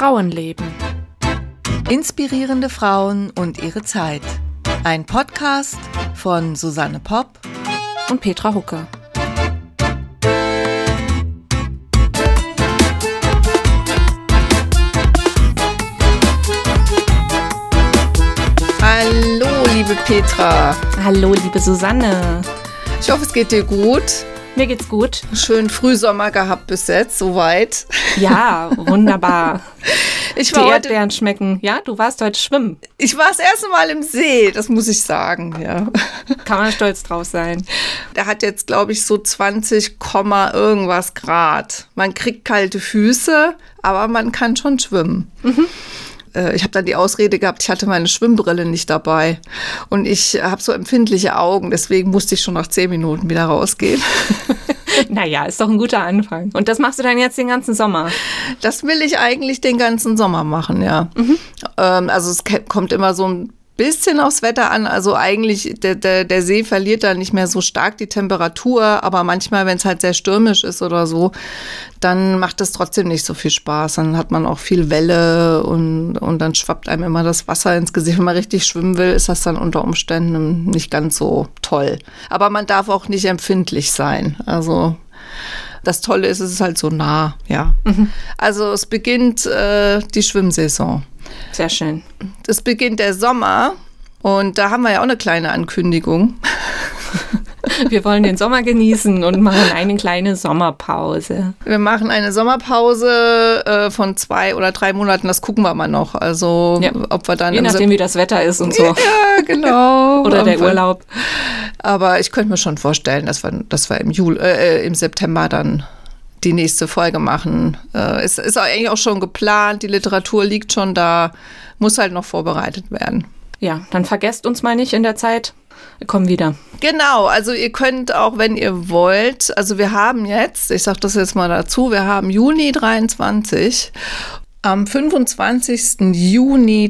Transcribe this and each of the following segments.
Frauenleben. Inspirierende Frauen und ihre Zeit. Ein Podcast von Susanne Popp Und Petra Hucke. Hallo, liebe Petra. Hallo, liebe Susanne. Ich hoffe, es geht dir gut. Mir geht's gut. Schön Frühsommer gehabt bis jetzt, soweit. Ja, wunderbar. Die Erdbeeren schmecken. Ja, du warst heute schwimmen. Ich war das erste Mal im See, das muss ich sagen, ja. Kann man stolz drauf sein. Der hat jetzt, glaube ich, so 20, irgendwas Grad. Man kriegt kalte Füße, aber man kann schon schwimmen. Mhm. Ich habe dann die Ausrede gehabt, ich hatte meine Schwimmbrille nicht dabei. Und ich habe so empfindliche Augen, deswegen musste ich schon nach 10 Minuten wieder rausgehen. Naja, ist doch ein guter Anfang. Und das machst du dann jetzt den ganzen Sommer? Das will ich eigentlich den ganzen Sommer machen, ja. Mhm. Also es kommt immer so ein bisschen aufs Wetter an. Also eigentlich, der See verliert da nicht mehr so stark die Temperatur. Aber manchmal, wenn es halt sehr stürmisch ist oder so, dann macht es trotzdem nicht so viel Spaß. Dann hat man auch viel Welle und dann schwappt einem immer das Wasser ins Gesicht. Wenn man richtig schwimmen will, ist das dann unter Umständen nicht ganz so toll. Aber man darf auch nicht empfindlich sein. Also das Tolle ist, es ist halt so nah, ja. Mhm. Also es beginnt die Schwimmsaison. Sehr schön. Es beginnt der Sommer und da haben wir ja auch eine kleine Ankündigung. Wir wollen den Sommer genießen und machen eine kleine Sommerpause. Wir machen eine Sommerpause von 2 oder 3 Monaten, das gucken wir mal noch. Also ja. Ob wir dann... Je nachdem, wie das Wetter ist und so. Ja, genau. Oder der Urlaub. Aber ich könnte mir schon vorstellen, dass wir im September dann die nächste Folge machen. Es ist eigentlich auch schon geplant, die Literatur liegt schon da, muss halt noch vorbereitet werden. Ja, dann vergesst uns mal nicht in der Zeit. Wir kommen wieder. Genau, also ihr könnt auch, wenn ihr wollt, also wir haben jetzt, ich sage das jetzt mal dazu, wir haben Juni 23. Am 25. Juni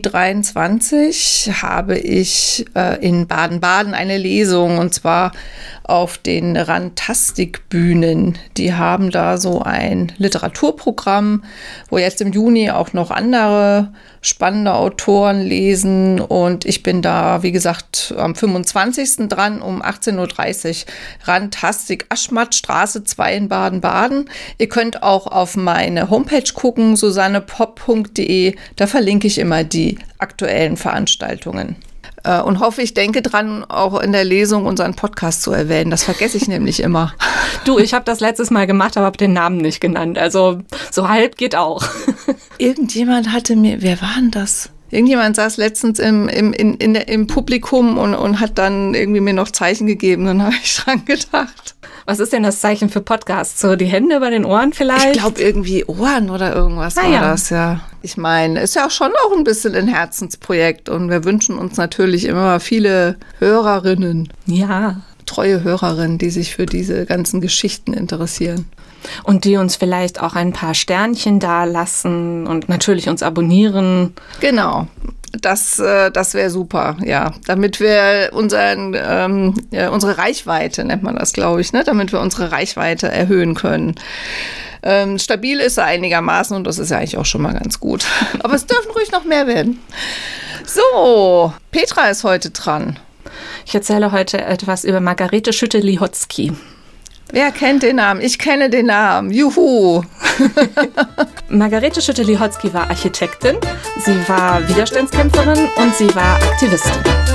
23 habe ich in Baden-Baden eine Lesung, und zwar auf den Rantastikbühnen. Die haben da so ein Literaturprogramm, wo jetzt im Juni auch noch andere spannende Autoren lesen. Und ich bin da, wie gesagt, am 25. dran um 18.30 Uhr. Rantastik, Aschmattstraße 2 in Baden-Baden. Ihr könnt auch auf meine Homepage gucken, susannepopp.de. Da verlinke ich immer die aktuellen Veranstaltungen. Und hoffe, ich denke dran, auch in der Lesung unseren Podcast zu erwähnen. Das vergesse ich nämlich immer. Du, ich habe das letztes Mal gemacht, aber habe den Namen nicht genannt. Also so halb geht auch. Irgendjemand hatte mir, wer war denn das? Irgendjemand saß letztens im Publikum und hat dann irgendwie mir noch Zeichen gegeben. Dann habe ich dran gedacht. Was ist denn das Zeichen für Podcasts? So die Hände über den Ohren vielleicht? Ich glaube irgendwie Ohren oder irgendwas war das, ja. Ich meine, ist ja auch schon auch ein bisschen ein Herzensprojekt und wir wünschen uns natürlich immer viele Hörerinnen. Ja. Treue Hörerinnen, die sich für diese ganzen Geschichten interessieren. Und die uns vielleicht auch ein paar Sternchen dalassen und natürlich uns abonnieren. Genau. Das wäre super, ja. Damit wir unsere Reichweite, nennt man das, glaube ich, ne? Damit wir unsere Reichweite erhöhen können. Stabil ist er einigermaßen und das ist ja eigentlich auch schon mal ganz gut. Aber es dürfen ruhig noch mehr werden. So, Petra ist heute dran. Ich erzähle heute etwas über Margarete Schütte-Lihotzky. Wer kennt den Namen? Ich kenne den Namen. Juhu! Margarete Schütte-Lihotzky war Architektin, sie war Widerstandskämpferin und sie war Aktivistin.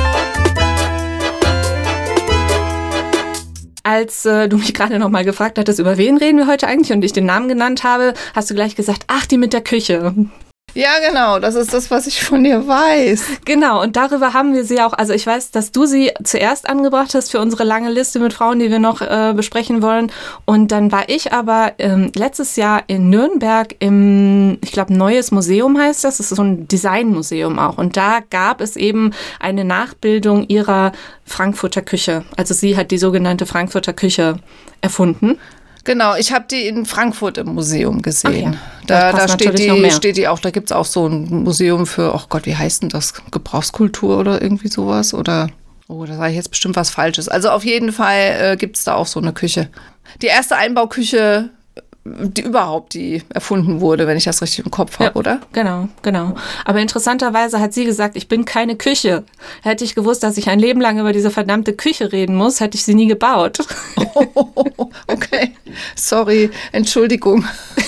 Als du mich gerade noch mal gefragt hattest, über wen reden wir heute eigentlich und ich den Namen genannt habe, hast du gleich gesagt, ach, die mit der Küche. Ja, genau, das ist das, was ich von dir weiß. Genau, und darüber haben wir sie auch, also ich weiß, dass du sie zuerst angebracht hast für unsere lange Liste mit Frauen, die wir noch besprechen wollen. Und dann war ich aber letztes Jahr in Nürnberg im, ich glaube, Neues Museum heißt das ist so ein Designmuseum auch. Und da gab es eben eine Nachbildung ihrer Frankfurter Küche. Also sie hat die sogenannte Frankfurter Küche erfunden. Genau, ich habe die in Frankfurt im Museum gesehen. Ja. Da steht die auch, da gibt es auch so ein Museum für, oh Gott, wie heißt denn das? Gebrauchskultur oder irgendwie sowas? Oder, da sage ich jetzt bestimmt was Falsches. Also auf jeden Fall gibt es da auch so eine Küche. Die erste Einbauküche die erfunden wurde, wenn ich das richtig im Kopf habe, oder? Genau. Aber interessanterweise hat sie gesagt, ich bin keine Küche. Hätte ich gewusst, dass ich ein Leben lang über diese verdammte Küche reden muss, hätte ich sie nie gebaut. Okay, sorry, Entschuldigung.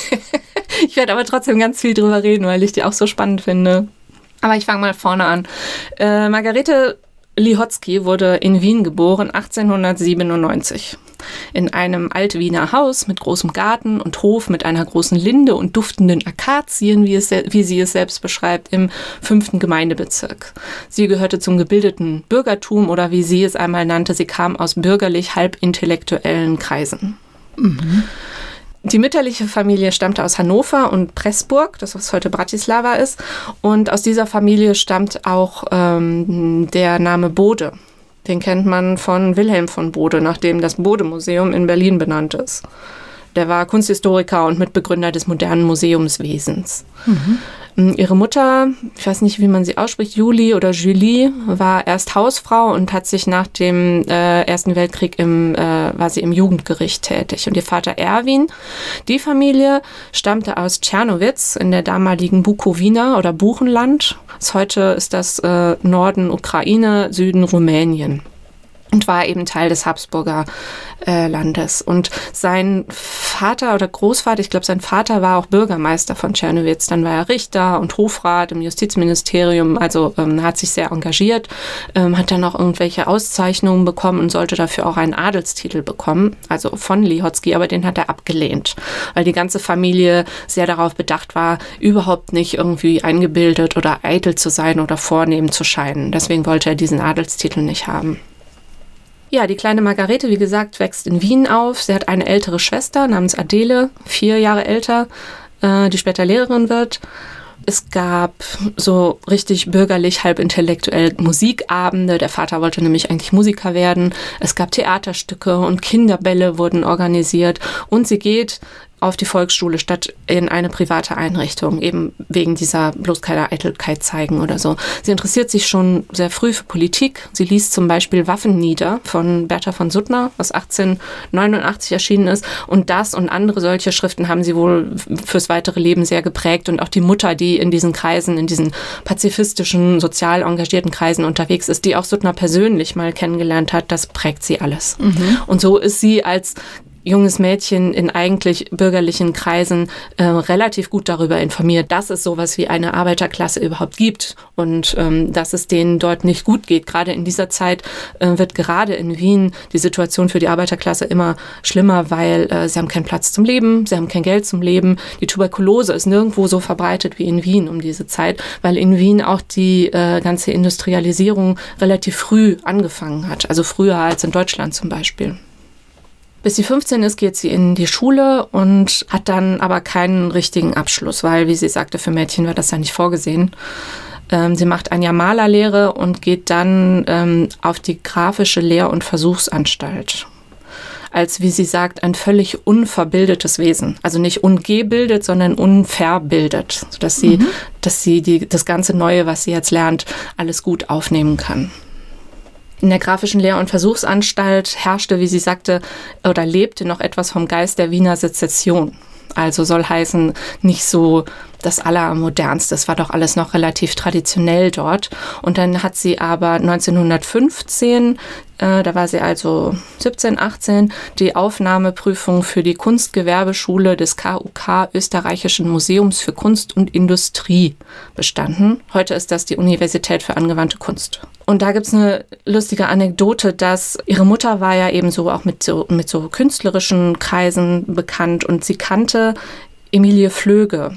Ich werde aber trotzdem ganz viel drüber reden, weil ich die auch so spannend finde. Aber ich fange mal vorne an. Margarete Lihotzky wurde in Wien geboren, 1897. In einem Altwiener Haus mit großem Garten und Hof mit einer großen Linde und duftenden Akazien, wie sie es selbst beschreibt, im 5. Gemeindebezirk. Sie gehörte zum gebildeten Bürgertum oder wie sie es einmal nannte, sie kam aus bürgerlich halbintellektuellen Kreisen. Mhm. Die mütterliche Familie stammte aus Hannover und Pressburg, das was heute Bratislava ist. Und aus dieser Familie stammt auch der Name Bode. Den kennt man von Wilhelm von Bode, nach dem das Bode-Museum in Berlin benannt ist. Der war Kunsthistoriker und Mitbegründer des modernen Museumswesens. Mhm. Ihre Mutter, ich weiß nicht, wie man sie ausspricht, Julie oder Julie, war erst Hausfrau und hat sich nach dem Ersten Weltkrieg war sie im Jugendgericht tätig. Und ihr Vater Erwin, die Familie stammte aus Czernowitz in der damaligen Bukowina oder Buchenland. Heute ist das Norden Ukraine, Süden Rumänien. Und war eben Teil des Habsburger Landes. Und sein Vater oder Großvater, ich glaube, sein Vater war auch Bürgermeister von Czernowitz. Dann war er Richter und Hofrat im Justizministerium, also hat sich sehr engagiert, hat dann auch irgendwelche Auszeichnungen bekommen und sollte dafür auch einen Adelstitel bekommen, also von Lihotzky, aber den hat er abgelehnt, weil die ganze Familie sehr darauf bedacht war, überhaupt nicht irgendwie eingebildet oder eitel zu sein oder vornehm zu scheinen. Deswegen wollte er diesen Adelstitel nicht haben. Ja, die kleine Margarete, wie gesagt, wächst in Wien auf. Sie hat eine ältere Schwester namens Adele, 4 Jahre älter, die später Lehrerin wird. Es gab so richtig bürgerlich, halb intellektuell Musikabende. Der Vater wollte nämlich eigentlich Musiker werden. Es gab Theaterstücke und Kinderbälle wurden organisiert. Und sie geht auf die Volksschule statt in eine private Einrichtung, eben wegen dieser bloß keine Eitelkeit zeigen oder so. Sie interessiert sich schon sehr früh für Politik. Sie liest zum Beispiel Waffen nieder von Bertha von Suttner, was 1889 erschienen ist. Und das und andere solche Schriften haben sie wohl fürs weitere Leben sehr geprägt. Und auch die Mutter, die in diesen Kreisen, in diesen pazifistischen, sozial engagierten Kreisen unterwegs ist, die auch Suttner persönlich mal kennengelernt hat, das prägt sie alles. Mhm. Und so ist sie als junges Mädchen in eigentlich bürgerlichen Kreisen relativ gut darüber informiert, dass es sowas wie eine Arbeiterklasse überhaupt gibt und dass es denen dort nicht gut geht. Gerade in dieser Zeit wird gerade in Wien die Situation für die Arbeiterklasse immer schlimmer, weil sie haben keinen Platz zum Leben, sie haben kein Geld zum Leben. Die Tuberkulose ist nirgendwo so verbreitet wie in Wien um diese Zeit, weil in Wien auch die ganze Industrialisierung relativ früh angefangen hat, also früher als in Deutschland zum Beispiel. Bis sie 15 ist, geht sie in die Schule und hat dann aber keinen richtigen Abschluss, weil, wie sie sagte, für Mädchen war das ja nicht vorgesehen. Sie macht ein Jahr Malerlehre und geht dann auf die grafische Lehr- und Versuchsanstalt. Als, wie sie sagt, ein völlig unverbildetes Wesen. Also nicht ungebildet, sondern unverbildet, sodass sie das ganze Neue, was sie jetzt lernt, alles gut aufnehmen kann. In der grafischen Lehr- und Versuchsanstalt herrschte, wie sie sagte, oder lebte noch etwas vom Geist der Wiener Sezession. Also soll heißen, nicht so das Allermodernste. Das war doch alles noch relativ traditionell dort. Und dann hat sie aber 1915, da war sie also 17, 18, die Aufnahmeprüfung für die Kunstgewerbeschule des KUK Österreichischen Museums für Kunst und Industrie bestanden. Heute ist das die Universität für angewandte Kunst. Und da gibt's eine lustige Anekdote, dass ihre Mutter war ja eben so auch mit so künstlerischen Kreisen bekannt und sie kannte Emilie Flöge.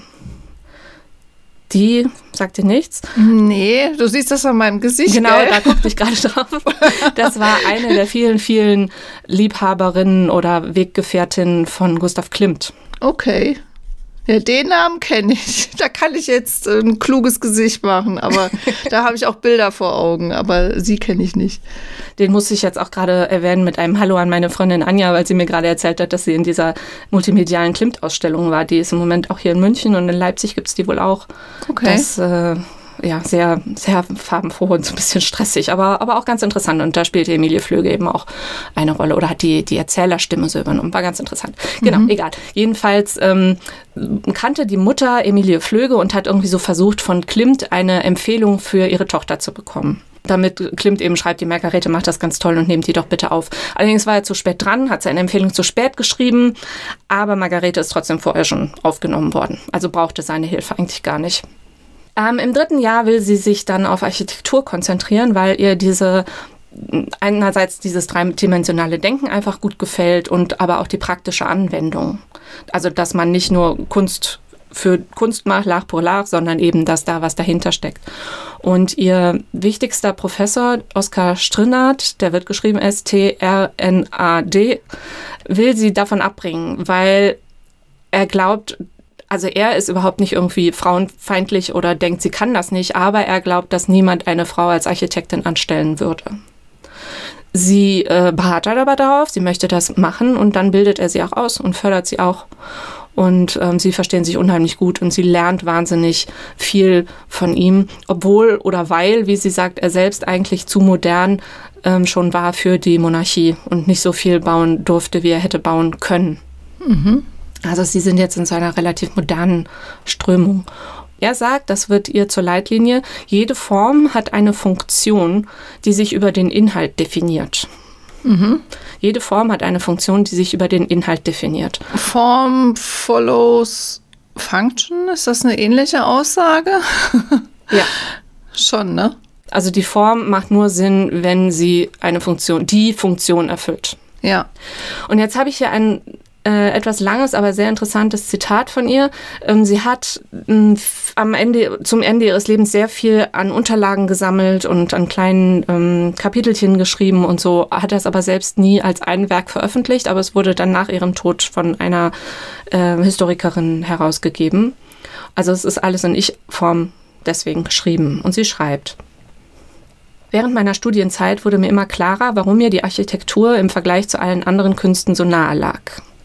Die sagt dir nichts? Nee, du siehst das an meinem Gesicht. Genau, gell? Da guckte ich gerade drauf. Das war eine der vielen, vielen Liebhaberinnen oder Weggefährtinnen von Gustav Klimt. Okay. Ja, den Namen kenne ich. Da kann ich jetzt ein kluges Gesicht machen, aber da habe ich auch Bilder vor Augen, aber sie kenne ich nicht. Den musste ich jetzt auch gerade erwähnen mit einem Hallo an meine Freundin Anja, weil sie mir gerade erzählt hat, dass sie in dieser multimedialen Klimt-Ausstellung war. Die ist im Moment auch hier in München und in Leipzig gibt es die wohl auch. Okay. Das sehr, sehr farbenfroh und so ein bisschen stressig, aber auch ganz interessant. Und da spielte Emilie Flöge eben auch eine Rolle oder hat die Erzählerstimme so übernommen. War ganz interessant. Genau, egal. Jedenfalls kannte die Mutter Emilie Flöge und hat irgendwie so versucht, von Klimt eine Empfehlung für ihre Tochter zu bekommen. Damit Klimt eben schreibt, die Margarete macht das ganz toll und nehmt die doch bitte auf. Allerdings war er zu spät dran, hat seine Empfehlung zu spät geschrieben, aber Margarete ist trotzdem vorher schon aufgenommen worden. Also brauchte seine Hilfe eigentlich gar nicht. Im 3. Jahr will sie sich dann auf Architektur konzentrieren, weil ihr einerseits dieses dreidimensionale Denken einfach gut gefällt und aber auch die praktische Anwendung. Also, dass man nicht nur Kunst für Kunst macht, l'art pour l'art, sondern eben, dass da was dahinter steckt. Und ihr wichtigster Professor, Oskar Strinad, der wird geschrieben S-T-R-N-A-D, will sie davon abbringen, weil er glaubt, also er ist überhaupt nicht irgendwie frauenfeindlich oder denkt, sie kann das nicht, aber er glaubt, dass niemand eine Frau als Architektin anstellen würde. Sie beharrt aber darauf, sie möchte das machen und dann bildet er sie auch aus und fördert sie auch. Und sie verstehen sich unheimlich gut und sie lernt wahnsinnig viel von ihm, obwohl oder weil, wie sie sagt, er selbst eigentlich zu modern schon war für die Monarchie und nicht so viel bauen durfte, wie er hätte bauen können. Mhm. Also sie sind jetzt in so einer relativ modernen Strömung. Er sagt, das wird ihr zur Leitlinie, jede Form hat eine Funktion, die sich über den Inhalt definiert. Mhm. Jede Form hat eine Funktion, die sich über den Inhalt definiert. Form follows function, ist das eine ähnliche Aussage? Ja. Schon, ne? Also die Form macht nur Sinn, wenn sie die Funktion erfüllt. Ja. Und jetzt habe ich hier ein etwas langes, aber sehr interessantes Zitat von ihr. Sie hat zum Ende ihres Lebens sehr viel an Unterlagen gesammelt und an kleinen Kapitelchen geschrieben und so, hat das aber selbst nie als ein Werk veröffentlicht, aber es wurde dann nach ihrem Tod von einer Historikerin herausgegeben. Also es ist alles in Ich-Form deswegen geschrieben. Und sie schreibt: Während meiner Studienzeit wurde mir immer klarer, warum mir die Architektur im Vergleich zu allen anderen Künsten so nahe lag.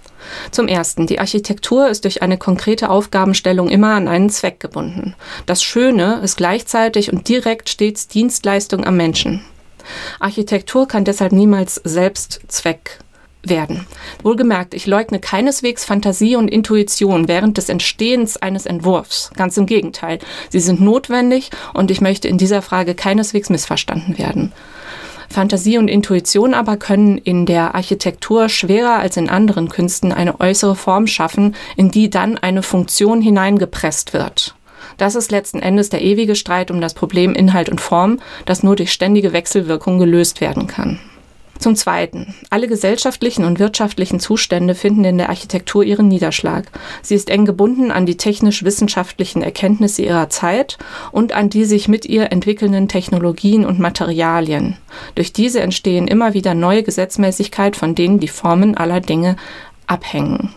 Zum Ersten, die Architektur ist durch eine konkrete Aufgabenstellung immer an einen Zweck gebunden. Das Schöne ist gleichzeitig und direkt stets Dienstleistung am Menschen. Architektur kann deshalb niemals Selbstzweck werden. Wohlgemerkt, ich leugne keineswegs Fantasie und Intuition während des Entstehens eines Entwurfs. Ganz im Gegenteil, sie sind notwendig und ich möchte in dieser Frage keineswegs missverstanden werden. Fantasie und Intuition aber können in der Architektur schwerer als in anderen Künsten eine äußere Form schaffen, in die dann eine Funktion hineingepresst wird. Das ist letzten Endes der ewige Streit um das Problem Inhalt und Form, das nur durch ständige Wechselwirkung gelöst werden kann. Zum Zweiten, alle gesellschaftlichen und wirtschaftlichen Zustände finden in der Architektur ihren Niederschlag. Sie ist eng gebunden an die technisch-wissenschaftlichen Erkenntnisse ihrer Zeit und an die sich mit ihr entwickelnden Technologien und Materialien. Durch diese entstehen immer wieder neue Gesetzmäßigkeiten, von denen die Formen aller Dinge abhängen.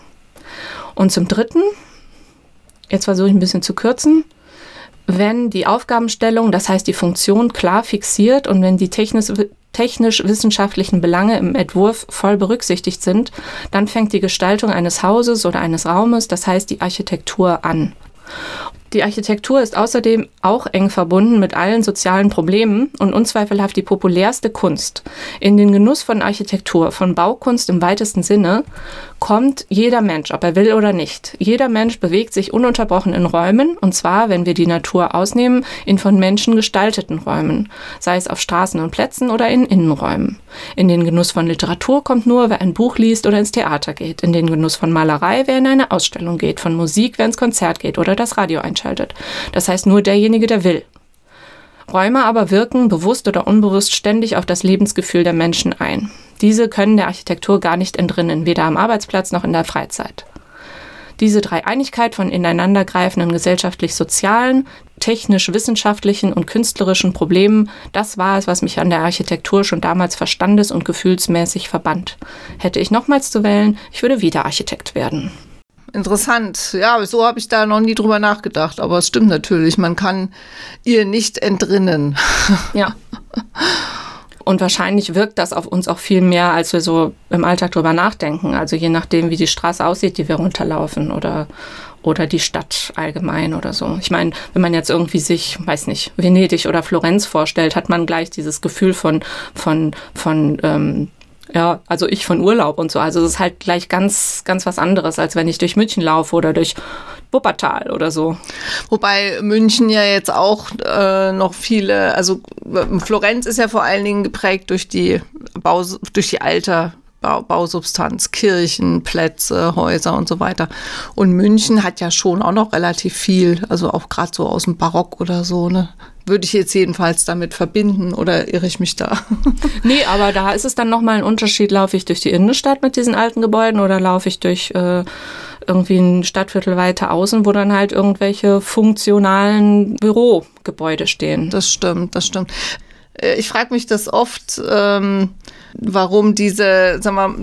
Und zum Dritten, jetzt versuche ich ein bisschen zu kürzen, wenn die Aufgabenstellung, das heißt die Funktion, klar fixiert und wenn die technisch-wissenschaftlichen Belange im Entwurf voll berücksichtigt sind, dann fängt die Gestaltung eines Hauses oder eines Raumes, das heißt die Architektur, an. Die Architektur ist außerdem auch eng verbunden mit allen sozialen Problemen und unzweifelhaft die populärste Kunst. In den Genuss von Architektur, von Baukunst im weitesten Sinne, kommt jeder Mensch, ob er will oder nicht. Jeder Mensch bewegt sich ununterbrochen in Räumen, und zwar, wenn wir die Natur ausnehmen, in von Menschen gestalteten Räumen, sei es auf Straßen und Plätzen oder in Innenräumen. In den Genuss von Literatur kommt nur, wer ein Buch liest oder ins Theater geht. In den Genuss von Malerei, wer in eine Ausstellung geht. Von Musik, wer ins Konzert geht oder das Radio einschaltet. Das heißt nur derjenige, der will. Räume aber wirken, bewusst oder unbewusst, ständig auf das Lebensgefühl der Menschen ein. Diese können der Architektur gar nicht entrinnen, weder am Arbeitsplatz noch in der Freizeit. Diese Dreieinigkeit von ineinandergreifenden gesellschaftlich-sozialen, technisch-wissenschaftlichen und künstlerischen Problemen, das war es, was mich an der Architektur schon damals verstandes- und gefühlsmäßig verband. Hätte ich nochmals zu wählen, ich würde wieder Architekt werden. Interessant. Ja, so habe ich da noch nie drüber nachgedacht. Aber es stimmt natürlich, man kann ihr nicht entrinnen. Ja. Und wahrscheinlich wirkt das auf uns auch viel mehr, als wir so im Alltag drüber nachdenken. Also je nachdem, wie die Straße aussieht, die wir runterlaufen oder oder die Stadt allgemein oder so. Ich meine, wenn man jetzt irgendwie sich, weiß nicht, Venedig oder Florenz vorstellt, hat man gleich dieses Gefühl von also ich von Urlaub und so. Also es ist halt gleich ganz, ganz was anderes, als wenn ich durch München laufe oder durch Wuppertal oder so. Wobei München ja jetzt auch noch viele, also Florenz ist ja vor allen Dingen geprägt durch die alte Bausubstanz, Kirchen, Plätze, Häuser und so weiter. Und München hat ja schon auch noch relativ viel, also auch gerade so aus dem Barock oder so, ne? Würde ich jetzt jedenfalls damit verbinden oder irre ich mich da? Nee, aber da ist es dann nochmal ein Unterschied, laufe ich durch die Innenstadt mit diesen alten Gebäuden oder laufe ich durch irgendwie ein Stadtviertel weiter außen, wo dann halt irgendwelche funktionalen Bürogebäude stehen. Das stimmt. Ich frage mich das oft, warum diese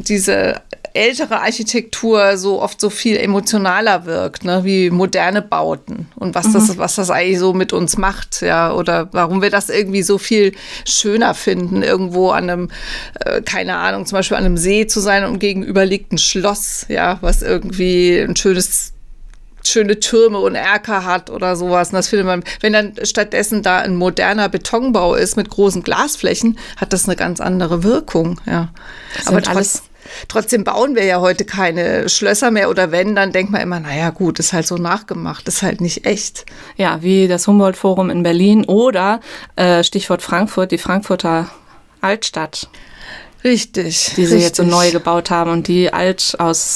ältere Architektur so oft so viel emotionaler wirkt, ne, wie moderne Bauten und was das eigentlich so mit uns macht, ja, oder warum wir das irgendwie so viel schöner finden, irgendwo an einem, keine Ahnung, zum Beispiel an einem See zu sein und gegenüber liegt ein Schloss, ja, was irgendwie ein schöne Türme und Erker hat oder sowas. Und das findet man, wenn dann stattdessen da ein moderner Betonbau ist mit großen Glasflächen, hat das eine ganz andere Wirkung, ja. Aber trotzdem bauen wir ja heute keine Schlösser mehr oder wenn, dann denkt man immer, naja gut, ist halt so nachgemacht, ist halt nicht echt. Ja, wie das Humboldt-Forum in Berlin oder Stichwort Frankfurt, die Frankfurter Altstadt. Richtig. Die sie jetzt so neu gebaut haben und die alt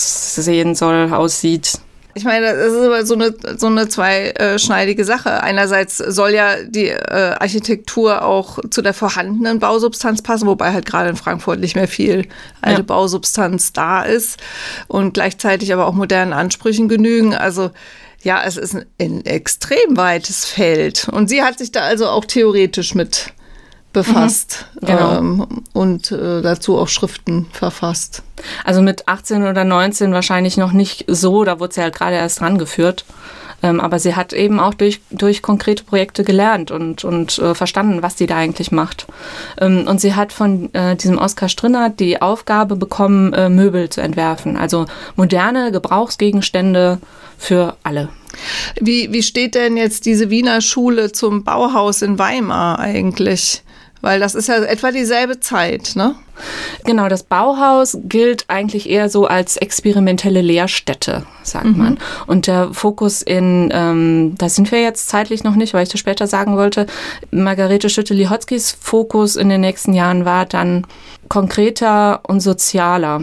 aussieht. Ich meine, das ist aber so eine zweischneidige Sache. Einerseits soll ja die Architektur auch zu der vorhandenen Bausubstanz passen, wobei halt gerade in Frankfurt nicht mehr viel alte Bausubstanz da ist und gleichzeitig aber auch modernen Ansprüchen genügen. Also ja, es ist ein extrem weites Feld. Und sie hat sich da also auch theoretisch mit befasst und dazu auch Schriften verfasst. Also mit 18 oder 19 wahrscheinlich noch nicht so, da wurde sie halt gerade erst rangeführt. Aber sie hat eben auch durch konkrete Projekte gelernt und verstanden, was sie da eigentlich macht. Und sie hat von diesem Oskar Strinnert die Aufgabe bekommen, Möbel zu entwerfen. Also moderne Gebrauchsgegenstände für alle. Wie steht denn jetzt diese Wiener Schule zum Bauhaus in Weimar eigentlich? Weil das ist ja etwa dieselbe Zeit, ne? Genau, das Bauhaus gilt eigentlich eher so als experimentelle Lehrstätte, sagt man. Und der Fokus da sind wir jetzt zeitlich noch nicht, weil ich das später sagen wollte, Margarete Schütte-Lihotzkys Fokus in den nächsten Jahren war dann konkreter und sozialer.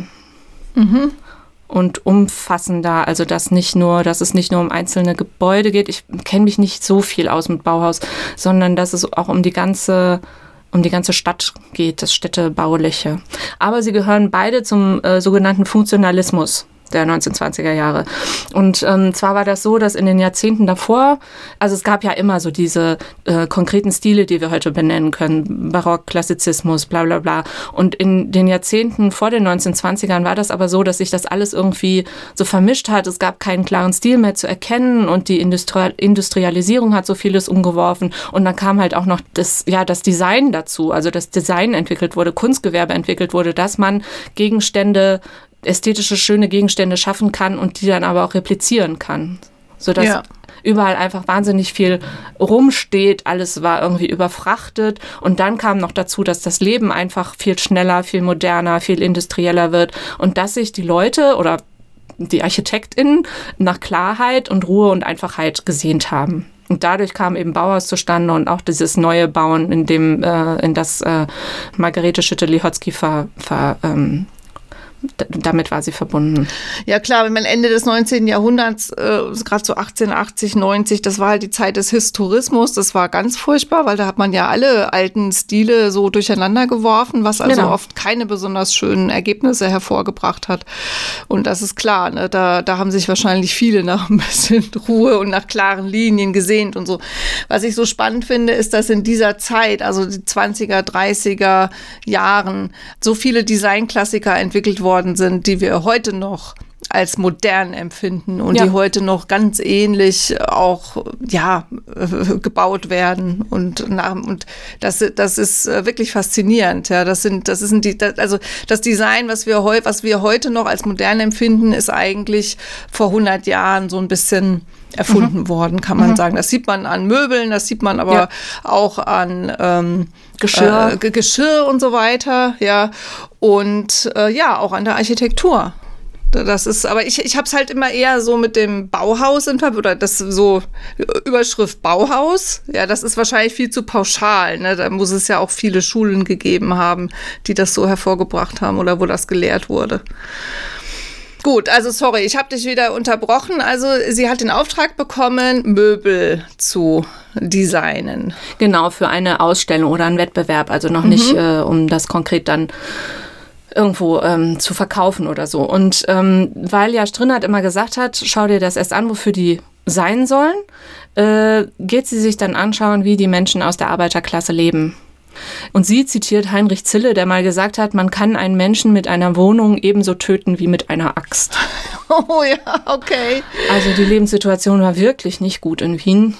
Und umfassender, also dass es nicht nur um einzelne Gebäude geht. Ich kenne mich nicht so viel aus mit Bauhaus, sondern dass es auch um die ganze Stadt geht, das Städtebauliche. Aber sie gehören beide zum sogenannten Funktionalismus der 1920er Jahre. Und zwar war das so, dass in den Jahrzehnten davor, also es gab ja immer so diese konkreten Stile, die wir heute benennen können, Barock, Klassizismus, bla bla bla. Und in den Jahrzehnten vor den 1920ern war das aber so, dass sich das alles irgendwie so vermischt hat. Es gab keinen klaren Stil mehr zu erkennen und die Industrialisierung hat so vieles umgeworfen. Und dann kam halt auch noch das Design dazu, also das Design entwickelt wurde, Kunstgewerbe entwickelt wurde, dass man ästhetische, schöne Gegenstände schaffen kann und die dann aber auch replizieren kann. Sodass überall einfach wahnsinnig viel rumsteht, alles war irgendwie überfrachtet und dann kam noch dazu, dass das Leben einfach viel schneller, viel moderner, viel industrieller wird und dass sich die Leute oder die ArchitektInnen nach Klarheit und Ruhe und Einfachheit gesehnt haben. Und dadurch kam eben Bauhaus zustande und auch dieses neue Bauen, in das Margarete Schütte-Lihotzky damit war sie verbunden. Ja klar, wenn man Ende des 19. Jahrhunderts, gerade so 1880, 90, das war halt die Zeit des Historismus, das war ganz furchtbar, weil da hat man ja alle alten Stile so durcheinander geworfen, was also oft keine besonders schönen Ergebnisse hervorgebracht hat. Und das ist klar, ne? Da haben sich wahrscheinlich viele nach ein bisschen Ruhe und nach klaren Linien gesehnt und so. Was ich so spannend finde, ist, dass in dieser Zeit, also die 20er, 30er Jahren, so viele Designklassiker entwickelt worden sind, die wir heute noch als modern empfinden und die heute noch ganz ähnlich auch gebaut werden und das ist wirklich faszinierend. Ja, das Design, was wir heute noch als modern empfinden, ist eigentlich vor 100 Jahren so ein bisschen erfunden worden, kann man sagen. Das sieht man an Möbeln, das sieht man aber auch an Geschirr und so weiter, ja. Und auch an der Architektur. Das ist, aber ich habe es halt immer eher so mit dem Bauhaus oder das so Überschrift Bauhaus. Ja, das ist wahrscheinlich viel zu pauschal. Ne? Da muss es ja auch viele Schulen gegeben haben, die das so hervorgebracht haben oder wo das gelehrt wurde. Gut, also sorry, ich habe dich wieder unterbrochen. Also sie hat den Auftrag bekommen, Möbel zu designen. Genau, für eine Ausstellung oder einen Wettbewerb. Also noch nicht, um das konkret dann irgendwo zu verkaufen oder so. Und weil ja Strinnert immer gesagt hat, schau dir das erst an, wofür die sein sollen, geht sie sich dann anschauen, wie die Menschen aus der Arbeiterklasse leben. Und sie zitiert Heinrich Zille, der mal gesagt hat, man kann einen Menschen mit einer Wohnung ebenso töten wie mit einer Axt. Oh ja, okay. Also die Lebenssituation war wirklich nicht gut in Wien.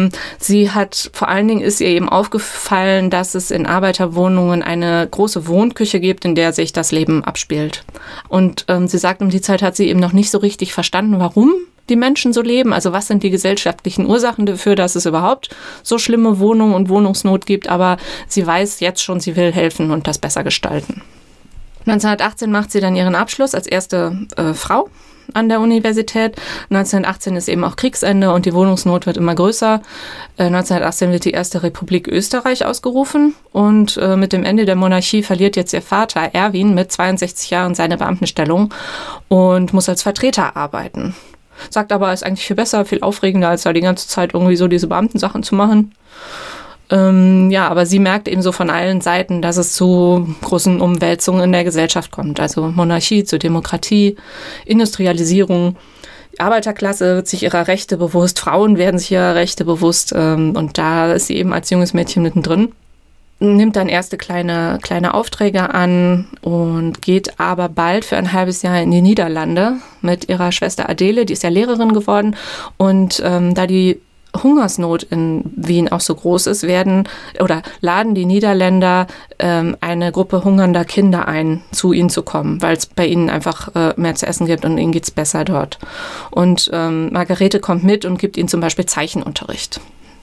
Vor allen Dingen ist ihr eben aufgefallen, dass es in Arbeiterwohnungen eine große Wohnküche gibt, in der sich das Leben abspielt. Und sie sagt, um die Zeit hat sie eben noch nicht so richtig verstanden, warum die Menschen so leben. Also was sind die gesellschaftlichen Ursachen dafür, dass es überhaupt so schlimme Wohnungen und Wohnungsnot gibt. Aber sie weiß jetzt schon, sie will helfen und das besser gestalten. 1918 macht sie dann ihren Abschluss als erste Frau an der Universität. 1918 ist eben auch Kriegsende und die Wohnungsnot wird immer größer. 1918 wird die erste Republik Österreich ausgerufen und mit dem Ende der Monarchie verliert jetzt ihr Vater Erwin mit 62 Jahren seine Beamtenstellung und muss als Vertreter arbeiten. Sagt aber, ist eigentlich viel besser, viel aufregender, als da die ganze Zeit irgendwie so diese Beamtensachen zu machen. Aber sie merkt eben so von allen Seiten, dass es zu großen Umwälzungen in der Gesellschaft kommt. Also Monarchie zur Demokratie, Industrialisierung. Die Arbeiterklasse wird sich ihrer Rechte bewusst, Frauen werden sich ihrer Rechte bewusst. Und da ist sie eben als junges Mädchen mittendrin. Nimmt dann erste kleine Aufträge an und geht aber bald für ein halbes Jahr in die Niederlande mit ihrer Schwester Adele, die ist ja Lehrerin geworden. Und da die Hungersnot in Wien auch so groß ist, laden die Niederländer eine Gruppe hungernder Kinder ein, zu ihnen zu kommen, weil es bei ihnen einfach mehr zu essen gibt und ihnen geht's besser dort. Und Margarete kommt mit und gibt ihnen zum Beispiel Zeichenunterricht.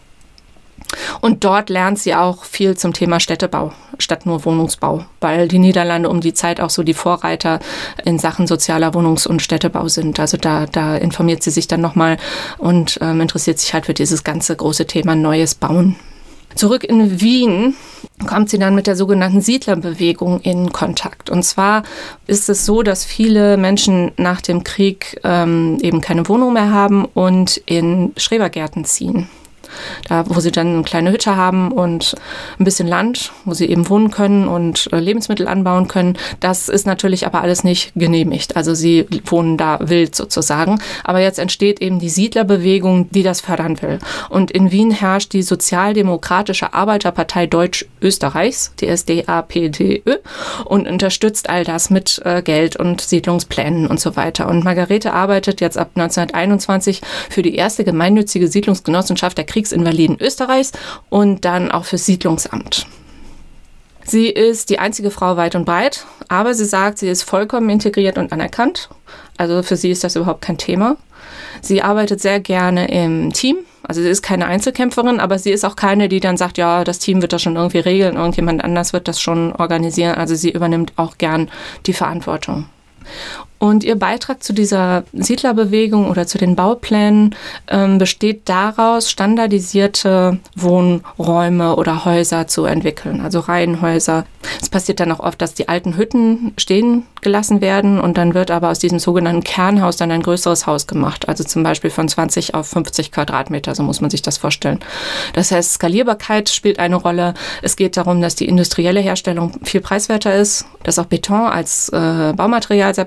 Und dort lernt sie auch viel zum Thema Städtebau, statt nur Wohnungsbau, weil die Niederlande um die Zeit auch so die Vorreiter in Sachen sozialer Wohnungs- und Städtebau sind. Also da informiert sie sich dann nochmal und interessiert sich halt für dieses ganze große Thema Neues Bauen. Zurück in Wien kommt sie dann mit der sogenannten Siedlerbewegung in Kontakt. Und zwar ist es so, dass viele Menschen nach dem Krieg eben keine Wohnung mehr haben und in Schrebergärten ziehen. Da, wo sie dann eine kleine Hütte haben und ein bisschen Land, wo sie eben wohnen können und Lebensmittel anbauen können. Das ist natürlich aber alles nicht genehmigt. Also sie wohnen da wild sozusagen. Aber jetzt entsteht eben die Siedlerbewegung, die das fördern will. Und in Wien herrscht die Sozialdemokratische Arbeiterpartei Deutsch-Österreichs, die SDAPDÖ, und unterstützt all das mit Geld und Siedlungsplänen und so weiter. Und Margarete arbeitet jetzt ab 1921 für die erste gemeinnützige Siedlungsgenossenschaft der Kriegsinvaliden Österreichs und dann auch fürs Siedlungsamt. Sie ist die einzige Frau weit und breit, aber sie sagt, sie ist vollkommen integriert und anerkannt. Also für sie ist das überhaupt kein Thema. Sie arbeitet sehr gerne im Team. Also sie ist keine Einzelkämpferin, aber sie ist auch keine, die dann sagt, ja, das Team wird das schon irgendwie regeln, irgendjemand anders wird das schon organisieren. Also sie übernimmt auch gern die Verantwortung. Und ihr Beitrag zu dieser Siedlerbewegung oder zu den Bauplänen besteht daraus, standardisierte Wohnräume oder Häuser zu entwickeln, also Reihenhäuser. Es passiert dann auch oft, dass die alten Hütten stehen gelassen werden und dann wird aber aus diesem sogenannten Kernhaus dann ein größeres Haus gemacht, also zum Beispiel von 20 auf 50 Quadratmeter, so muss man sich das vorstellen. Das heißt, Skalierbarkeit spielt eine Rolle. Es geht darum, dass die industrielle Herstellung viel preiswerter ist, dass auch Beton als Baumaterial sehr preiswert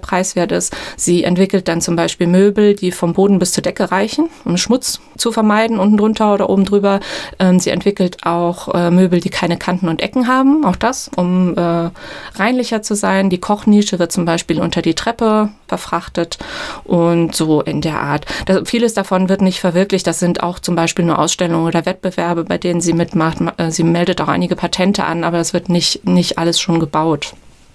wünschenswert ist. Sie entwickelt dann zum Beispiel Möbel, die vom Boden bis zur Decke reichen, um Schmutz zu vermeiden, unten drunter oder oben drüber. Sie entwickelt auch Möbel, die keine Kanten und Ecken haben, auch das, um reinlicher zu sein. Die Kochnische wird zum Beispiel unter die Treppe verfrachtet und so in der Art. Vieles davon wird nicht verwirklicht. Das sind auch zum Beispiel nur Ausstellungen oder Wettbewerbe, bei denen sie mitmacht. Sie meldet auch einige Patente an, aber es wird nicht alles schon gebaut.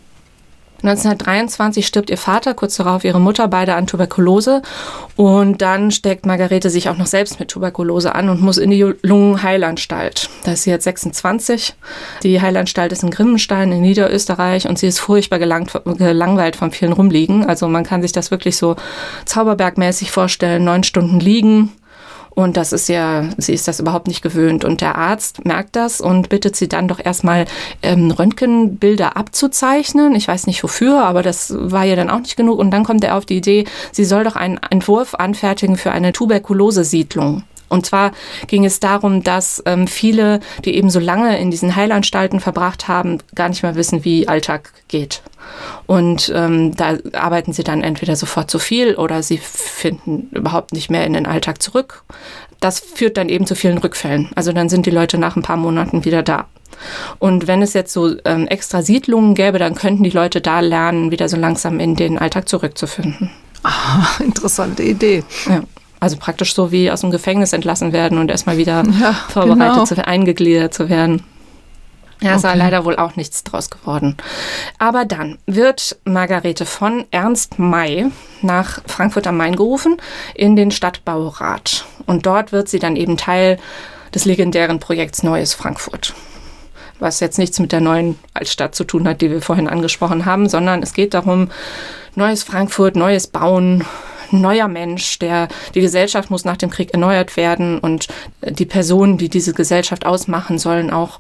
1923 stirbt ihr Vater, kurz darauf ihre Mutter, beide an Tuberkulose. Und dann steckt Margarete sich auch noch selbst mit Tuberkulose an und muss in die Lungenheilanstalt. Da ist sie jetzt 26. Die Heilanstalt ist in Grimmenstein in Niederösterreich und sie ist furchtbar gelangweilt vom vielen Rumliegen. Also man kann sich das wirklich so zauberbergmäßig vorstellen, 9 Stunden liegen. Und das ist sie ist das überhaupt nicht gewöhnt. Und der Arzt merkt das und bittet sie dann doch erstmal Röntgenbilder abzuzeichnen. Ich weiß nicht wofür, aber das war ihr dann auch nicht genug. Und dann kommt er auf die Idee, sie soll doch einen Entwurf anfertigen für eine Tuberkulose-Siedlung. Und zwar ging es darum, dass viele, die eben so lange in diesen Heilanstalten verbracht haben, gar nicht mehr wissen, wie Alltag geht. Und da arbeiten sie dann entweder sofort zu viel oder sie finden überhaupt nicht mehr in den Alltag zurück. Das führt dann eben zu vielen Rückfällen. Also dann sind die Leute nach ein paar Monaten wieder da. Und wenn es jetzt so extra Siedlungen gäbe, dann könnten die Leute da lernen, wieder so langsam in den Alltag zurückzufinden. Ah, interessante Idee. Ja. Also praktisch so wie aus dem Gefängnis entlassen werden und erstmal wieder vorbereitet, eingegliedert zu werden. Ja, ist leider wohl auch nichts draus geworden. Aber dann wird Margarete von Ernst May nach Frankfurt am Main gerufen in den Stadtbaurat. Und dort wird sie dann eben Teil des legendären Projekts Neues Frankfurt. Was jetzt nichts mit der neuen Altstadt zu tun hat, die wir vorhin angesprochen haben, sondern es geht darum, Neues Frankfurt, neues Bauen, neuer Mensch, die Gesellschaft muss nach dem Krieg erneuert werden und die Personen, die diese Gesellschaft ausmachen, sollen auch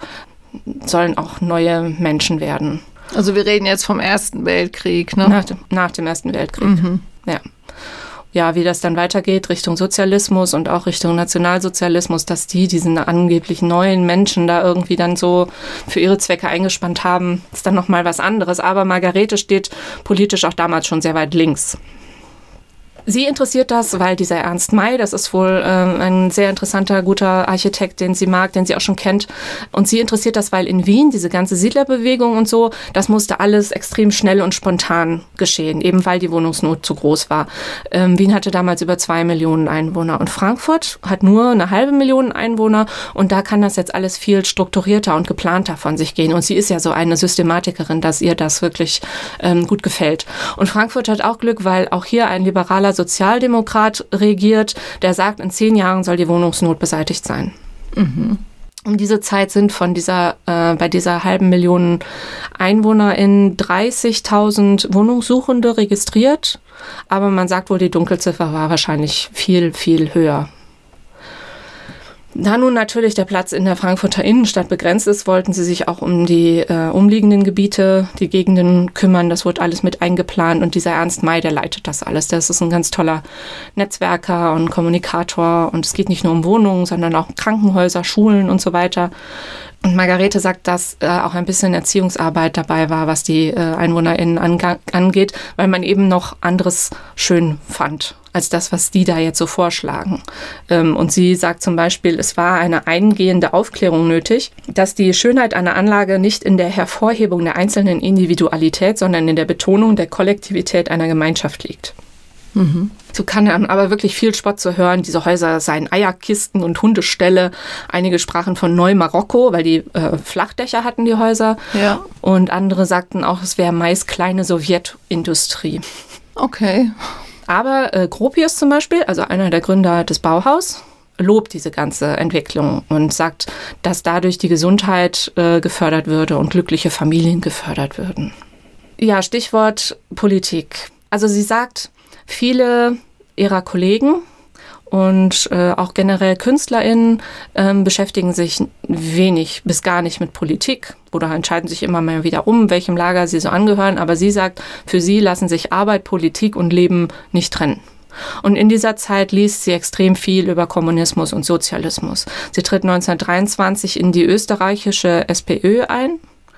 neue Menschen werden. Also wir reden jetzt vom Ersten Weltkrieg, ne? Nach dem Ersten Weltkrieg, ja. Ja, wie das dann weitergeht Richtung Sozialismus und auch Richtung Nationalsozialismus, dass diesen angeblich neuen Menschen da irgendwie dann so für ihre Zwecke eingespannt haben, ist dann nochmal was anderes. Aber Margarete steht politisch auch damals schon sehr weit links. Sie interessiert das, weil dieser Ernst May, das ist wohl ein sehr interessanter, guter Architekt, den sie mag, den sie auch schon kennt. Und sie interessiert das, weil in Wien diese ganze Siedlerbewegung und so, das musste alles extrem schnell und spontan geschehen, eben weil die Wohnungsnot zu groß war. Wien hatte damals über 2 Millionen Einwohner und Frankfurt hat nur 500.000 Einwohner und da kann das jetzt alles viel strukturierter und geplanter von sich gehen. Und sie ist ja so eine Systematikerin, dass ihr das wirklich gut gefällt. Und Frankfurt hat auch Glück, weil auch hier ein liberaler Sozialdemokrat regiert, der sagt, in 10 Jahren soll die Wohnungsnot beseitigt sein. Mhm. Um diese Zeit sind bei dieser 500.000 Einwohner in 30.000 Wohnungssuchende registriert, aber man sagt wohl, die Dunkelziffer war wahrscheinlich viel, viel höher. Da nun natürlich der Platz in der Frankfurter Innenstadt begrenzt ist, wollten sie sich auch um die umliegenden Gebiete, die Gegenden kümmern. Das wurde alles mit eingeplant und dieser Ernst May, der leitet das alles. Das ist ein ganz toller Netzwerker und Kommunikator und es geht nicht nur um Wohnungen, sondern auch um Krankenhäuser, Schulen und so weiter. Und Margarete sagt, dass auch ein bisschen Erziehungsarbeit dabei war, was die EinwohnerInnen angeht, weil man eben noch anderes schön fand als das, was die da jetzt so vorschlagen. Und sie sagt zum Beispiel, es war eine eingehende Aufklärung nötig, dass die Schönheit einer Anlage nicht in der Hervorhebung der einzelnen Individualität, sondern in der Betonung der Kollektivität einer Gemeinschaft liegt. Mhm. So kann dann aber wirklich viel Spott zu hören. Diese Häuser seien Eierkisten und Hundeställe. Einige sprachen von Neu-Marokko, weil die Flachdächer hatten, die Häuser. Ja. Und andere sagten auch, es wäre meist kleine Sowjetindustrie. Okay. Aber Gropius zum Beispiel, also einer der Gründer des Bauhaus, lobt diese ganze Entwicklung und sagt, dass dadurch die Gesundheit gefördert würde und glückliche Familien gefördert würden. Ja, Stichwort Politik. Also sie sagt, viele ihrer Kollegen und auch generell KünstlerInnen beschäftigen sich wenig bis gar nicht mit Politik oder entscheiden sich immer mal wieder welchem Lager sie so angehören. Aber sie sagt, für sie lassen sich Arbeit, Politik und Leben nicht trennen. Und in dieser Zeit liest sie extrem viel über Kommunismus und Sozialismus. Sie tritt 1923 in die österreichische SPÖ ein.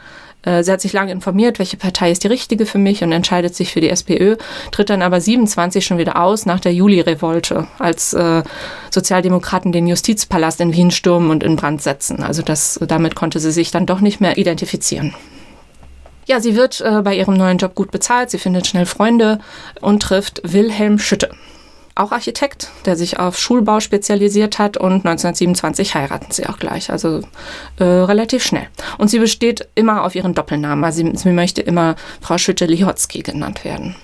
Sie hat sich lange informiert, welche Partei ist die richtige für mich und entscheidet sich für die SPÖ, tritt dann aber 27 schon wieder aus nach der Juli-Revolte, als Sozialdemokraten den Justizpalast in Wien stürmen und in Brand setzen. Also damit konnte sie sich dann doch nicht mehr identifizieren. Ja, sie wird bei ihrem neuen Job gut bezahlt, sie findet schnell Freunde und trifft Wilhelm Schütte. Auch Architekt, der sich auf Schulbau spezialisiert hat, und 1927 heiraten sie auch gleich, also relativ schnell. Und sie besteht immer auf ihren Doppelnamen, also sie möchte immer Frau Schütte-Lihotzky genannt werden.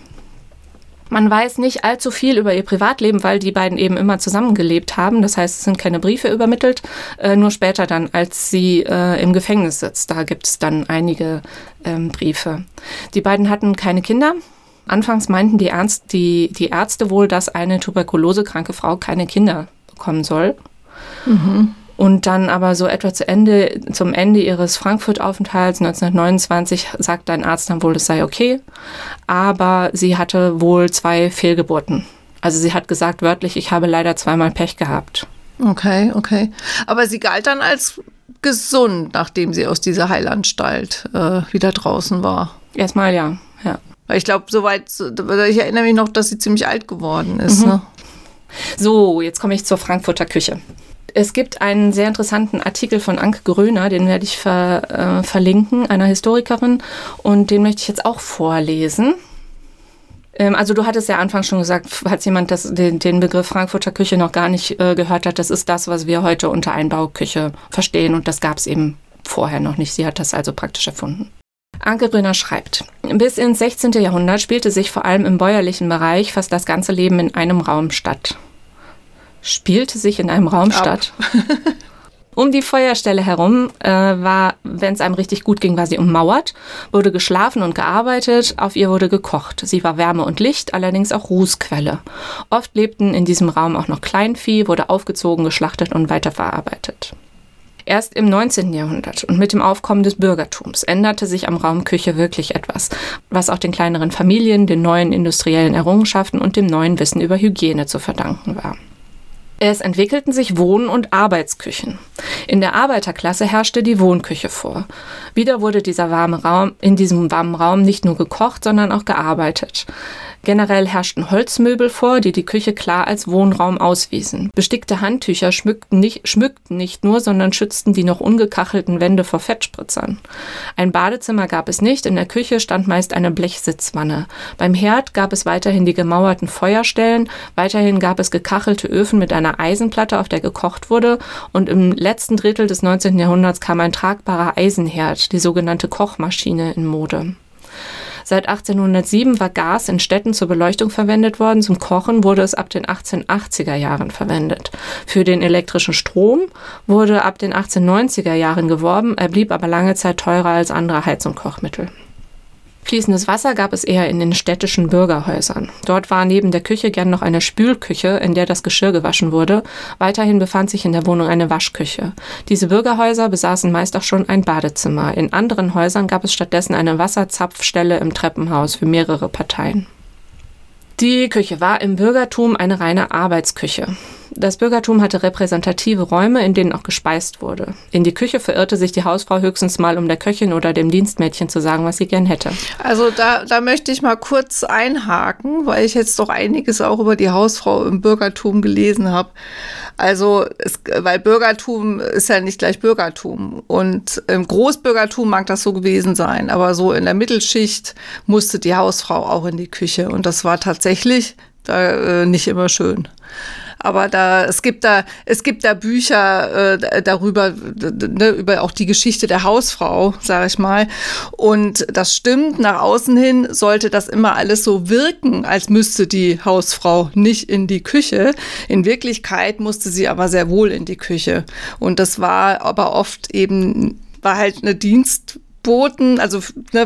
Man weiß nicht allzu viel über ihr Privatleben, weil die beiden eben immer zusammengelebt haben. Das heißt, es sind keine Briefe übermittelt, nur später dann, als sie im Gefängnis sitzt. Da gibt es dann einige Briefe. Die beiden hatten keine Kinder. Anfangs meinten die Ärzte wohl, dass eine tuberkulosekranke Frau keine Kinder bekommen soll. Mhm. Und dann aber so etwa zum Ende ihres Frankfurt-Aufenthalts 1929 sagt ein Arzt dann wohl, es sei okay. Aber sie hatte wohl 2 Fehlgeburten. Also sie hat gesagt wörtlich, ich habe leider 2-mal Pech gehabt. Okay. Aber sie galt dann als gesund, nachdem sie aus dieser Heilanstalt wieder draußen war. Erstmal ja. Ich glaube, ich erinnere mich noch, dass sie ziemlich alt geworden ist. Mhm. Ne? So, jetzt komme ich zur Frankfurter Küche. Es gibt einen sehr interessanten Artikel von Anke Gröner, den werde ich verlinken, einer Historikerin, und den möchte ich jetzt auch vorlesen. Also du hattest ja anfangs schon gesagt, falls jemand den Begriff Frankfurter Küche noch gar nicht gehört hat, das ist das, was wir heute unter Einbauküche verstehen, und das gab es eben vorher noch nicht. Sie hat das also praktisch erfunden. Anke Gröner schreibt, bis ins 16. Jahrhundert spielte sich vor allem im bäuerlichen Bereich fast das ganze Leben in einem Raum statt. Spielte sich in einem Raum statt? Um die Feuerstelle herum wenn es einem richtig gut ging, war sie ummauert, wurde geschlafen und gearbeitet, auf ihr wurde gekocht. Sie war Wärme und Licht, allerdings auch Rußquelle. Oft lebten in diesem Raum auch noch Kleinvieh, wurde aufgezogen, geschlachtet und weiterverarbeitet. Erst im 19. Jahrhundert und mit dem Aufkommen des Bürgertums änderte sich am Raum Küche wirklich etwas, was auch den kleineren Familien, den neuen industriellen Errungenschaften und dem neuen Wissen über Hygiene zu verdanken war. Es entwickelten sich Wohn- und Arbeitsküchen. In der Arbeiterklasse herrschte die Wohnküche vor. Wieder wurde in diesem warmen Raum nicht nur gekocht, sondern auch gearbeitet. Generell herrschten Holzmöbel vor, die Küche klar als Wohnraum auswiesen. Bestickte Handtücher schmückten nicht nur, sondern schützten die noch ungekachelten Wände vor Fettspritzern. Ein Badezimmer gab es nicht, in der Küche stand meist eine Blechsitzwanne. Beim Herd gab es weiterhin die gemauerten Feuerstellen, weiterhin gab es gekachelte Öfen mit einer Eisenplatte, auf der gekocht wurde, und im letzten Drittel des 19. Jahrhunderts kam ein tragbarer Eisenherd, die sogenannte Kochmaschine, in Mode. Seit 1807 war Gas in Städten zur Beleuchtung verwendet worden. Zum Kochen wurde es ab den 1880er Jahren verwendet. Für den elektrischen Strom wurde ab den 1890er Jahren geworben. Er blieb aber lange Zeit teurer als andere Heiz- und Kochmittel. Fließendes Wasser gab es eher in den städtischen Bürgerhäusern. Dort war neben der Küche gern noch eine Spülküche, in der das Geschirr gewaschen wurde. Weiterhin befand sich in der Wohnung eine Waschküche. Diese Bürgerhäuser besaßen meist auch schon ein Badezimmer. In anderen Häusern gab es stattdessen eine Wasserzapfstelle im Treppenhaus für mehrere Parteien. Die Küche war im Bürgertum eine reine Arbeitsküche. Das Bürgertum hatte repräsentative Räume, in denen auch gespeist wurde. In die Küche verirrte sich die Hausfrau höchstens mal, um der Köchin oder dem Dienstmädchen zu sagen, was sie gern hätte. Also da möchte ich mal kurz einhaken, weil ich jetzt doch einiges auch über die Hausfrau im Bürgertum gelesen habe. Also, weil Bürgertum ist ja nicht gleich Bürgertum. Und im Großbürgertum mag das so gewesen sein, aber so in der Mittelschicht musste die Hausfrau auch in die Küche. Und das war tatsächlich nicht immer schön. Aber es gibt da Bücher darüber, über auch die Geschichte der Hausfrau, sage ich mal. Und das stimmt, nach außen hin sollte das immer alles so wirken, als müsste die Hausfrau nicht in die Küche. In Wirklichkeit musste sie aber sehr wohl in die Küche. Und das war aber oft war halt eine Dienstboten, also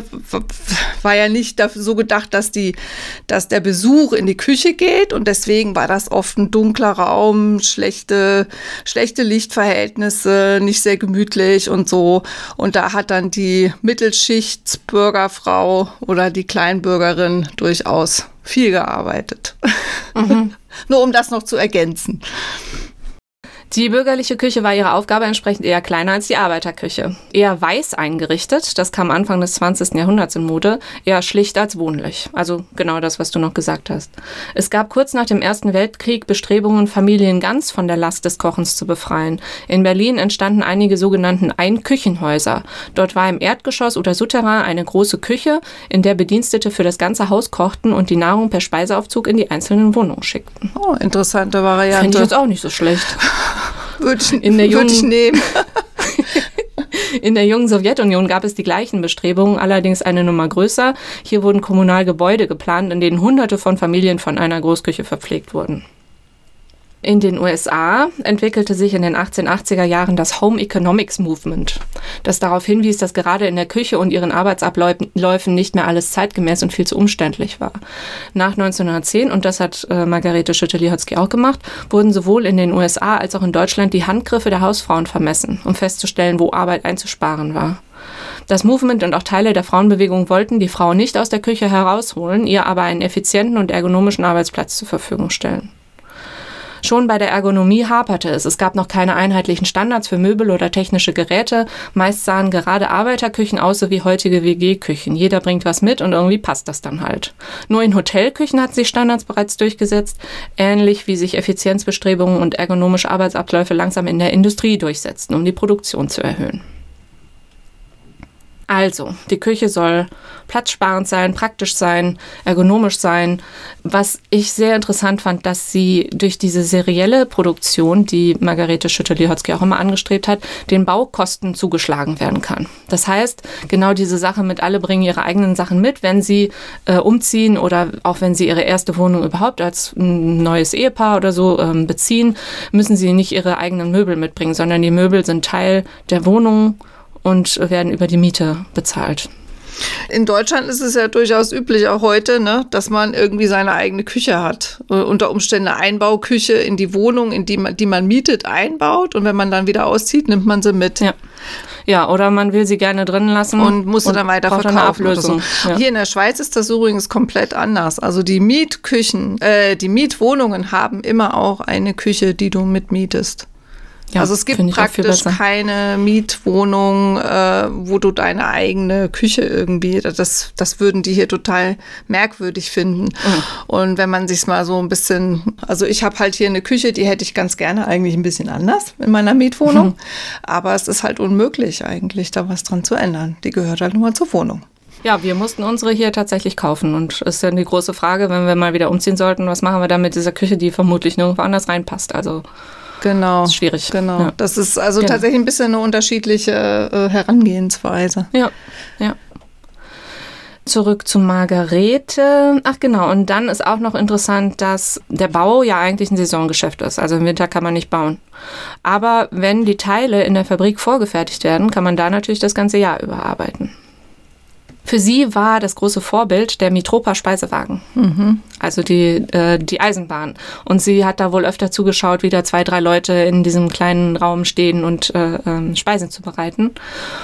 war ja nicht so gedacht, dass der Besuch in die Küche geht, und deswegen war das oft ein dunkler Raum, schlechte Lichtverhältnisse, nicht sehr gemütlich und so. Und da hat dann die Mittelschichtsbürgerfrau oder die Kleinbürgerin durchaus viel gearbeitet. Mhm. Nur um das noch zu ergänzen. Die bürgerliche Küche war ihrer Aufgabe entsprechend eher kleiner als die Arbeiterküche. Eher weiß eingerichtet, das kam Anfang des 20. Jahrhunderts in Mode, eher schlicht als wohnlich. Also genau das, was du noch gesagt hast. Es gab kurz nach dem Ersten Weltkrieg Bestrebungen, Familien ganz von der Last des Kochens zu befreien. In Berlin entstanden einige sogenannten Ein-Küchenhäuser. Dort war im Erdgeschoss oder Souterrain eine große Küche, in der Bedienstete für das ganze Haus kochten und die Nahrung per Speiseaufzug in die einzelnen Wohnungen schickten. Oh, interessante Variante. Finde ich jetzt auch nicht so schlecht. Würde ich nehmen. In der jungen Sowjetunion gab es die gleichen Bestrebungen, allerdings eine Nummer größer. Hier wurden kommunal Gebäude geplant, in denen Hunderte von Familien von einer Großküche verpflegt wurden. In den USA entwickelte sich in den 1880er Jahren das Home Economics Movement, das darauf hinwies, dass gerade in der Küche und ihren Arbeitsabläufen nicht mehr alles zeitgemäß und viel zu umständlich war. Nach 1910, und das hat Margarete Schütte-Lihotzky auch gemacht, wurden sowohl in den USA als auch in Deutschland die Handgriffe der Hausfrauen vermessen, um festzustellen, wo Arbeit einzusparen war. Das Movement und auch Teile der Frauenbewegung wollten die Frau nicht aus der Küche herausholen, ihr aber einen effizienten und ergonomischen Arbeitsplatz zur Verfügung stellen. Schon bei der Ergonomie haperte es. Es gab noch keine einheitlichen Standards für Möbel oder technische Geräte. Meist sahen gerade Arbeiterküchen aus, so wie heutige WG-Küchen. Jeder bringt was mit und irgendwie passt das dann halt. Nur in Hotelküchen hatten sich Standards bereits durchgesetzt, ähnlich wie sich Effizienzbestrebungen und ergonomische Arbeitsabläufe langsam in der Industrie durchsetzten, um die Produktion zu erhöhen. Also, die Küche soll platzsparend sein, praktisch sein, ergonomisch sein. Was ich sehr interessant fand, dass sie durch diese serielle Produktion, die Margarete Schütte-Lihotzky auch immer angestrebt hat, den Baukosten zugeschlagen werden kann. Das heißt, genau diese Sache mit alle bringen ihre eigenen Sachen mit, wenn sie umziehen oder auch wenn sie ihre erste Wohnung überhaupt als ein neues Ehepaar oder so beziehen, müssen sie nicht ihre eigenen Möbel mitbringen, sondern die Möbel sind Teil der Wohnung und werden über die Miete bezahlt. In Deutschland ist es ja durchaus üblich, auch heute, ne, dass man irgendwie seine eigene Küche hat. Unter Umständen eine Einbauküche in die Wohnung, in die man mietet, einbaut. Und wenn man dann wieder auszieht, nimmt man sie mit. Ja, oder man will sie gerne drin lassen. Und muss sie dann weiter verkaufen. Eine Ablösung. So. Ja. Hier in der Schweiz ist das übrigens komplett anders. Also die die Mietwohnungen haben immer auch eine Küche, die du mitmietest. Ja, also es gibt praktisch keine Mietwohnung, wo du deine eigene Küche irgendwie, das würden die hier total merkwürdig finden. Mhm. Und wenn man sich mal so ein bisschen, also ich habe halt hier eine Küche, die hätte ich ganz gerne eigentlich ein bisschen anders in meiner Mietwohnung. Mhm. Aber es ist halt unmöglich eigentlich, da was dran zu ändern. Die gehört halt nur zur Wohnung. Ja, wir mussten unsere hier tatsächlich kaufen. Und es ist dann die große Frage, wenn wir mal wieder umziehen sollten, was machen wir dann mit dieser Küche, die vermutlich nirgendwo anders reinpasst. Also genau, das ist schwierig. Genau, ja. Das ist also tatsächlich ein bisschen eine unterschiedliche Herangehensweise. Ja. Zurück zu Margarete. Ach genau, und dann ist auch noch interessant, dass der Bau ja eigentlich ein Saisongeschäft ist. Also im Winter kann man nicht bauen. Aber wenn die Teile in der Fabrik vorgefertigt werden, kann man da natürlich das ganze Jahr über arbeiten. Für sie war das große Vorbild der Mitropa-Speisewagen, also die Eisenbahn. Und sie hat da wohl öfter zugeschaut, wie da 2, 3 Leute in diesem kleinen Raum stehen und Speisen zubereiten.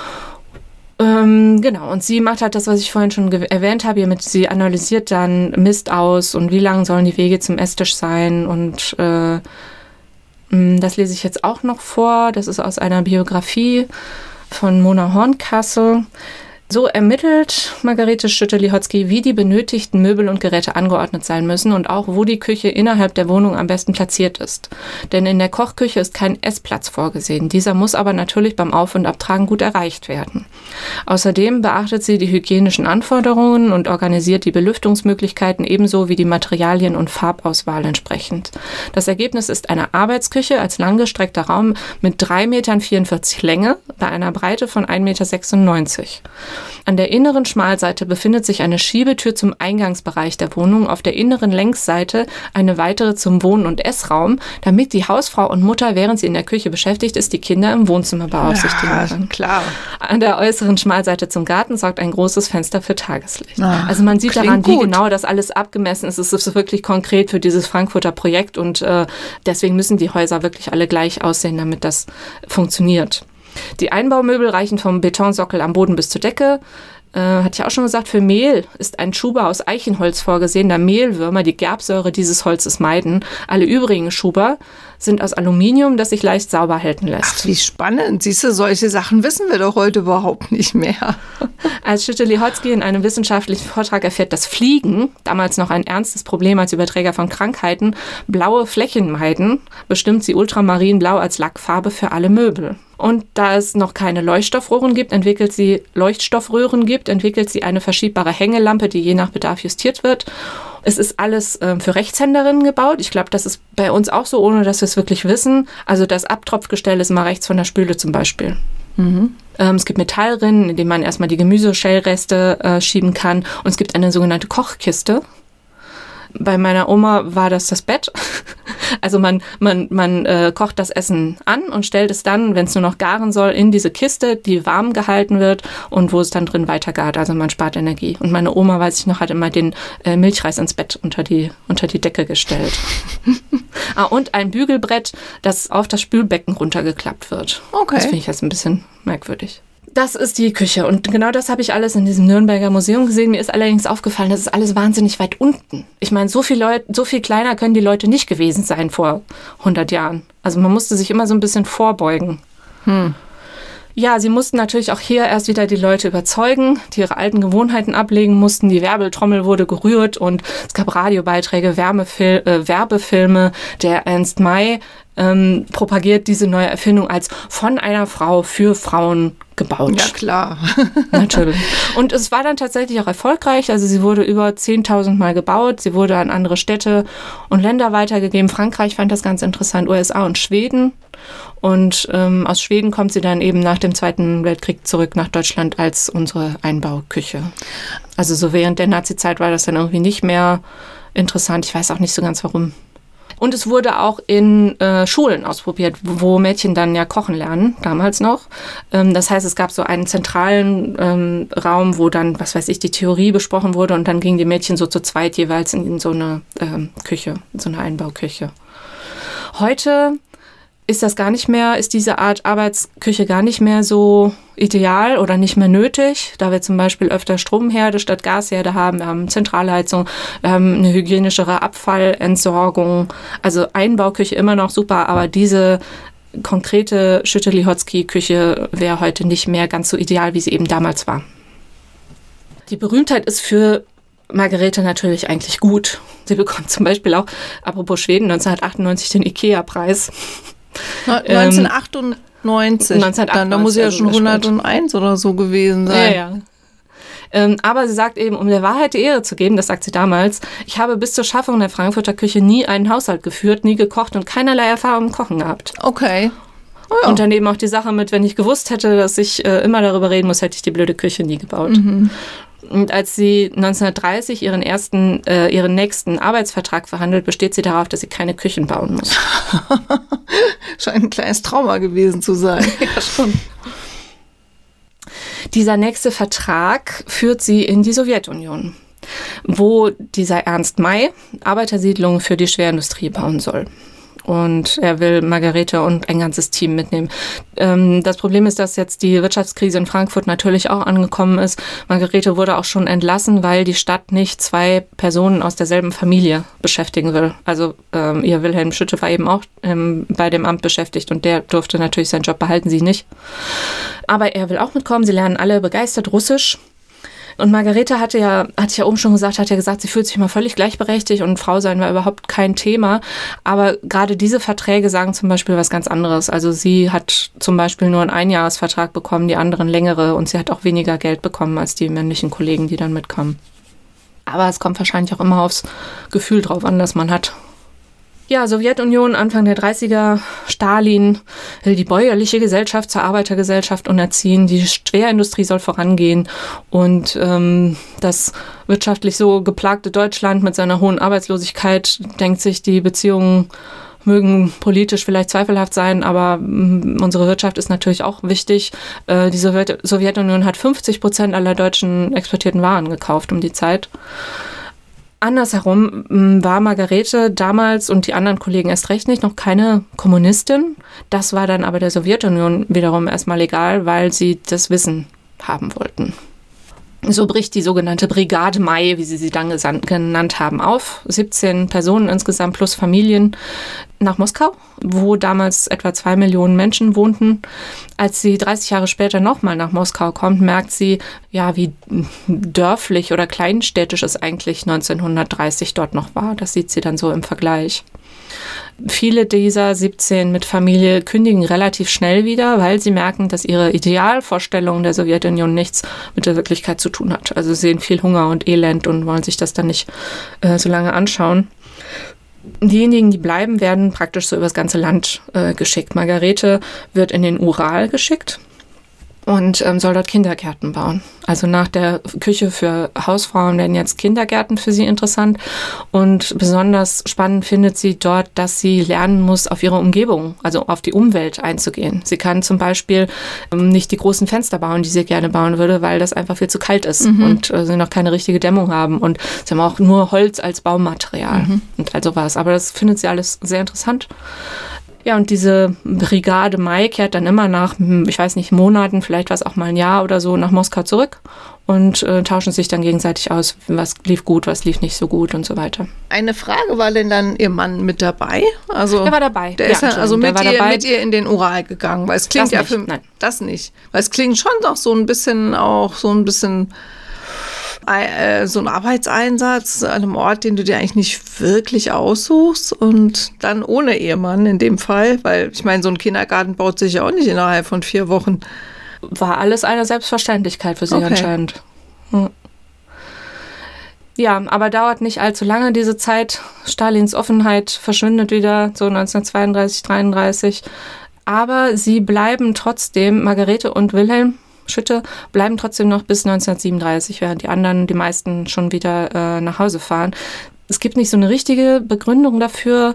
Genau, und sie macht halt das, was ich vorhin schon erwähnt habe, sie analysiert dann Mist aus und wie lang sollen die Wege zum Esstisch sein. Und das lese ich jetzt auch noch vor. Das ist aus einer Biografie von Mona Hornkassel. So ermittelt Margarete Schütte-Lihotzky, wie die benötigten Möbel und Geräte angeordnet sein müssen und auch, wo die Küche innerhalb der Wohnung am besten platziert ist. Denn in der Kochküche ist kein Essplatz vorgesehen. Dieser muss aber natürlich beim Auf- und Abtragen gut erreicht werden. Außerdem beachtet sie die hygienischen Anforderungen und organisiert die Belüftungsmöglichkeiten ebenso wie die Materialien- und Farbauswahl entsprechend. Das Ergebnis ist eine Arbeitsküche als langgestreckter Raum mit 3,44 Meter Länge bei einer Breite von 1,96 Meter. An der inneren Schmalseite befindet sich eine Schiebetür zum Eingangsbereich der Wohnung, auf der inneren Längsseite eine weitere zum Wohn- und Essraum, damit die Hausfrau und Mutter, während sie in der Küche beschäftigt ist, die Kinder im Wohnzimmer beaufsichtigen kann. Klar. An der äußeren Schmalseite zum Garten sorgt ein großes Fenster für Tageslicht. Also man sieht daran, wie genau das alles abgemessen ist. Es ist wirklich konkret für dieses Frankfurter Projekt und deswegen müssen die Häuser wirklich alle gleich aussehen, damit das funktioniert. Die Einbaumöbel reichen vom Betonsockel am Boden bis zur Decke. hatte ich auch schon gesagt, für Mehl ist ein Schuber aus Eichenholz vorgesehen, da Mehlwürmer die Gerbsäure dieses Holzes meiden. Alle übrigen Schuber sind aus Aluminium, das sich leicht sauber halten lässt. Ach, wie spannend. Siehst du, solche Sachen wissen wir doch heute überhaupt nicht mehr. Als Schütte-Lihotzky in einem wissenschaftlichen Vortrag erfährt, dass Fliegen, damals noch ein ernstes Problem als Überträger von Krankheiten, blaue Flächen meiden, bestimmt sie Ultramarinblau als Lackfarbe für alle Möbel. Und da es noch keine Leuchtstoffröhren gibt, entwickelt sie eine verschiebbare Hängelampe, die je nach Bedarf justiert wird. Es ist alles für Rechtshänderinnen gebaut. Ich glaube, das ist bei uns auch so, ohne dass wir es wirklich wissen. Also das Abtropfgestell ist immer rechts von der Spüle zum Beispiel. Es gibt Metallrinnen, in denen man erstmal die Gemüseschälreste schieben kann. Und es gibt eine sogenannte Kochkiste. Bei meiner Oma war das Bett. Also man kocht das Essen an und stellt es dann, wenn es nur noch garen soll, in diese Kiste, die warm gehalten wird und wo es dann drin weitergart. Also man spart Energie. Und meine Oma, weiß ich noch, hat immer den Milchreis ins Bett unter die Decke gestellt. Und ein Bügelbrett, das auf das Spülbecken runtergeklappt wird. Okay. Das finde ich jetzt ein bisschen merkwürdig. Das ist die Küche und genau das habe ich alles in diesem Nürnberger Museum gesehen. Mir ist allerdings aufgefallen, das ist alles wahnsinnig weit unten. Ich meine, so viel kleiner können die Leute nicht gewesen sein vor 100 Jahren. Also man musste sich immer so ein bisschen vorbeugen. Ja, sie mussten natürlich auch hier erst wieder die Leute überzeugen, die ihre alten Gewohnheiten ablegen mussten. Die Werbeltrommel wurde gerührt und es gab Radiobeiträge, Werbefilme. Der Ernst May propagiert diese neue Erfindung als von einer Frau für Frauen gebaut. Ja, klar. Natürlich. Und es war dann tatsächlich auch erfolgreich. Also sie wurde über 10.000 Mal gebaut. Sie wurde an andere Städte und Länder weitergegeben. Frankreich fand das ganz interessant, USA und Schweden. Und aus Schweden kommt sie dann eben nach dem Zweiten Weltkrieg zurück nach Deutschland als unsere Einbauküche. Also so während der Nazizeit war das dann irgendwie nicht mehr interessant. Ich weiß auch nicht so ganz warum. Und es wurde auch in Schulen ausprobiert, wo Mädchen dann ja kochen lernen, damals noch. Das heißt, es gab so einen zentralen Raum, wo dann, was weiß ich, die Theorie besprochen wurde und dann gingen die Mädchen so zu zweit jeweils in so eine Küche, in so eine Einbauküche. Heute ist diese Art Arbeitsküche gar nicht mehr so ideal oder nicht mehr nötig, da wir zum Beispiel öfter Stromherde statt Gasherde haben. Wir haben Zentralheizung, wir haben eine hygienischere Abfallentsorgung. Also Einbauküche immer noch super, aber diese konkrete Schütte-Lihotzky-Küche wäre heute nicht mehr ganz so ideal, wie sie eben damals war. Die Berühmtheit ist für Margarete natürlich eigentlich gut. Sie bekommt zum Beispiel auch, apropos Schweden, 1998 den IKEA-Preis. 1998. Da muss ja schon 101 oder so gewesen sein. Ja. Aber sie sagt eben, um der Wahrheit die Ehre zu geben, das sagt sie damals, ich habe bis zur Schaffung der Frankfurter Küche nie einen Haushalt geführt, nie gekocht und keinerlei Erfahrung im Kochen gehabt. Okay. Oh ja. Und dann eben auch die Sache mit, wenn ich gewusst hätte, dass ich immer darüber reden muss, hätte ich die blöde Küche nie gebaut. Und als sie 1930 ihren nächsten Arbeitsvertrag verhandelt, besteht sie darauf, dass sie keine Küchen bauen muss. Scheint ein kleines Trauma gewesen zu sein. Ja, schon. Dieser nächste Vertrag führt sie in die Sowjetunion, wo dieser Ernst May Arbeitersiedlungen für die Schwerindustrie bauen soll. Und er will Margarete und ein ganzes Team mitnehmen. Das Problem ist, dass jetzt die Wirtschaftskrise in Frankfurt natürlich auch angekommen ist. Margarete wurde auch schon entlassen, weil die Stadt nicht 2 Personen aus derselben Familie beschäftigen will. Also ihr Wilhelm Schütte war eben auch bei dem Amt beschäftigt und der durfte natürlich seinen Job behalten, sie nicht. Aber er will auch mitkommen. Sie lernen alle begeistert Russisch. Und Margarete hatte ich ja oben schon gesagt, sie fühlt sich mal völlig gleichberechtigt und Frau sein war überhaupt kein Thema. Aber gerade diese Verträge sagen zum Beispiel was ganz anderes. Also sie hat zum Beispiel nur einen Einjahresvertrag bekommen, die anderen längere und sie hat auch weniger Geld bekommen als die männlichen Kollegen, die dann mitkommen. Aber es kommt wahrscheinlich auch immer aufs Gefühl drauf an, das man hat. Ja, Sowjetunion, Anfang der 30er, Stalin will die bäuerliche Gesellschaft zur Arbeitergesellschaft umerziehen, die Schwerindustrie soll vorangehen und das wirtschaftlich so geplagte Deutschland mit seiner hohen Arbeitslosigkeit denkt sich, die Beziehungen mögen politisch vielleicht zweifelhaft sein, aber unsere Wirtschaft ist natürlich auch wichtig. Die Sowjetunion hat 50% aller deutschen exportierten Waren gekauft um die Zeit. Andersherum war Margarete damals und die anderen Kollegen erst recht nicht noch keine Kommunistin. Das war dann aber der Sowjetunion wiederum erstmal egal, weil sie das Wissen haben wollten. So bricht die sogenannte Brigade Mai, wie sie dann genannt haben, auf. 17 Personen insgesamt plus Familien nach Moskau, wo damals etwa 2 Millionen Menschen wohnten. Als sie 30 Jahre später nochmal nach Moskau kommt, merkt sie, ja, wie dörflich oder kleinstädtisch es eigentlich 1930 dort noch war. Das sieht sie dann so im Vergleich. Viele dieser 17 mit Familie kündigen relativ schnell wieder, weil sie merken, dass ihre Idealvorstellung der Sowjetunion nichts mit der Wirklichkeit zu tun hat. Also sie sehen viel Hunger und Elend und wollen sich das dann nicht so lange anschauen. Diejenigen, die bleiben, werden praktisch so übers ganze Land geschickt. Margarete wird in den Ural geschickt und soll dort Kindergärten bauen. Also nach der Küche für Hausfrauen werden jetzt Kindergärten für sie interessant. Und besonders spannend findet sie dort, dass sie lernen muss, auf ihre Umgebung, also auf die Umwelt einzugehen. Sie kann zum Beispiel nicht die großen Fenster bauen, die sie gerne bauen würde, weil das einfach viel zu kalt ist und sie noch keine richtige Dämmung haben. Und sie haben auch nur Holz als Baumaterial und all sowas. Aber das findet sie alles sehr interessant. Ja, und diese Brigade Mai kehrt dann immer nach, ich weiß nicht, Monaten, vielleicht war es auch mal ein Jahr oder so, nach Moskau zurück und tauschen sich dann gegenseitig aus, was lief gut, was lief nicht so gut und so weiter. Eine Frage, war denn dann Ihr Mann mit dabei? Also, der war dabei. Der ist also mit ihr in den Ural gegangen, weil es klingt das ja nicht, das nicht. Weil es klingt schon doch so ein bisschen so ein Arbeitseinsatz an einem Ort, den du dir eigentlich nicht wirklich aussuchst und dann ohne Ehemann in dem Fall, weil ich meine, so ein Kindergarten baut sich ja auch nicht innerhalb von 4 Wochen. War alles eine Selbstverständlichkeit für sie anscheinend. Ja, aber dauert nicht allzu lange diese Zeit. Stalins Offenheit verschwindet wieder, so 1932, 1933. Aber sie bleiben trotzdem, Margarete und Wilhelm Schütte, bleiben trotzdem noch bis 1937, während die anderen, die meisten, schon wieder nach Hause fahren. Es gibt nicht so eine richtige Begründung dafür.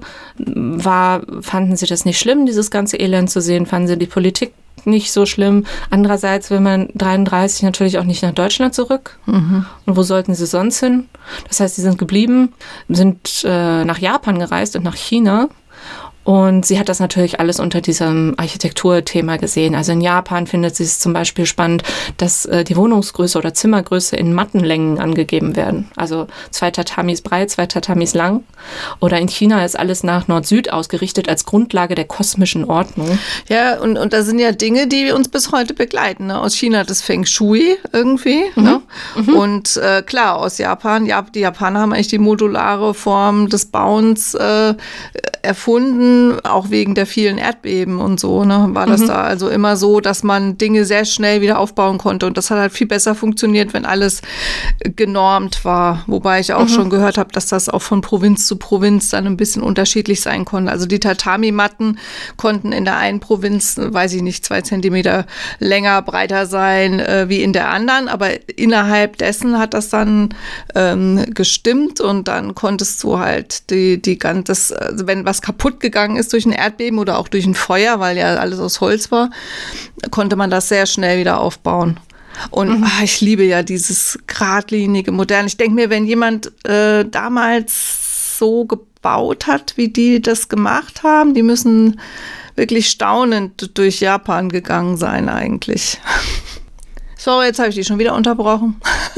Fanden sie das nicht schlimm, dieses ganze Elend zu sehen? Fanden sie die Politik nicht so schlimm? Andererseits will man 1933 natürlich auch nicht nach Deutschland zurück. Und wo sollten sie sonst hin? Das heißt, sie sind geblieben, sind nach Japan gereist und nach China. Und sie hat das natürlich alles unter diesem Architekturthema gesehen. Also in Japan findet sie es zum Beispiel spannend, dass die Wohnungsgröße oder Zimmergröße in Mattenlängen angegeben werden. Also 2 Tatamis breit, 2 Tatamis lang. Oder in China ist alles nach Nord-Süd ausgerichtet als Grundlage der kosmischen Ordnung. Ja, und da sind ja Dinge, die uns bis heute begleiten. Ne? Aus China das Feng Shui irgendwie. Ne? Und klar, aus Japan, die Japaner haben eigentlich die modulare Form des Bauens erfunden, auch wegen der vielen Erdbeben und so, ne, war das da also immer so, dass man Dinge sehr schnell wieder aufbauen konnte und das hat halt viel besser funktioniert, wenn alles genormt war, wobei ich auch schon gehört habe, dass das auch von Provinz zu Provinz dann ein bisschen unterschiedlich sein konnte. Also die Tatami-Matten konnten in der einen Provinz, weiß ich nicht, 2 Zentimeter länger, breiter sein wie in der anderen, aber innerhalb dessen hat das dann gestimmt und dann konntest du halt also wenn was kaputt gegangen ist durch ein Erdbeben oder auch durch ein Feuer, weil ja alles aus Holz war, konnte man das sehr schnell wieder aufbauen. Und ich liebe ja dieses geradlinige, moderne. Ich denke mir, wenn jemand damals so gebaut hat, wie die das gemacht haben, die müssen wirklich staunend durch Japan gegangen sein eigentlich. Sorry, jetzt habe ich die schon wieder unterbrochen.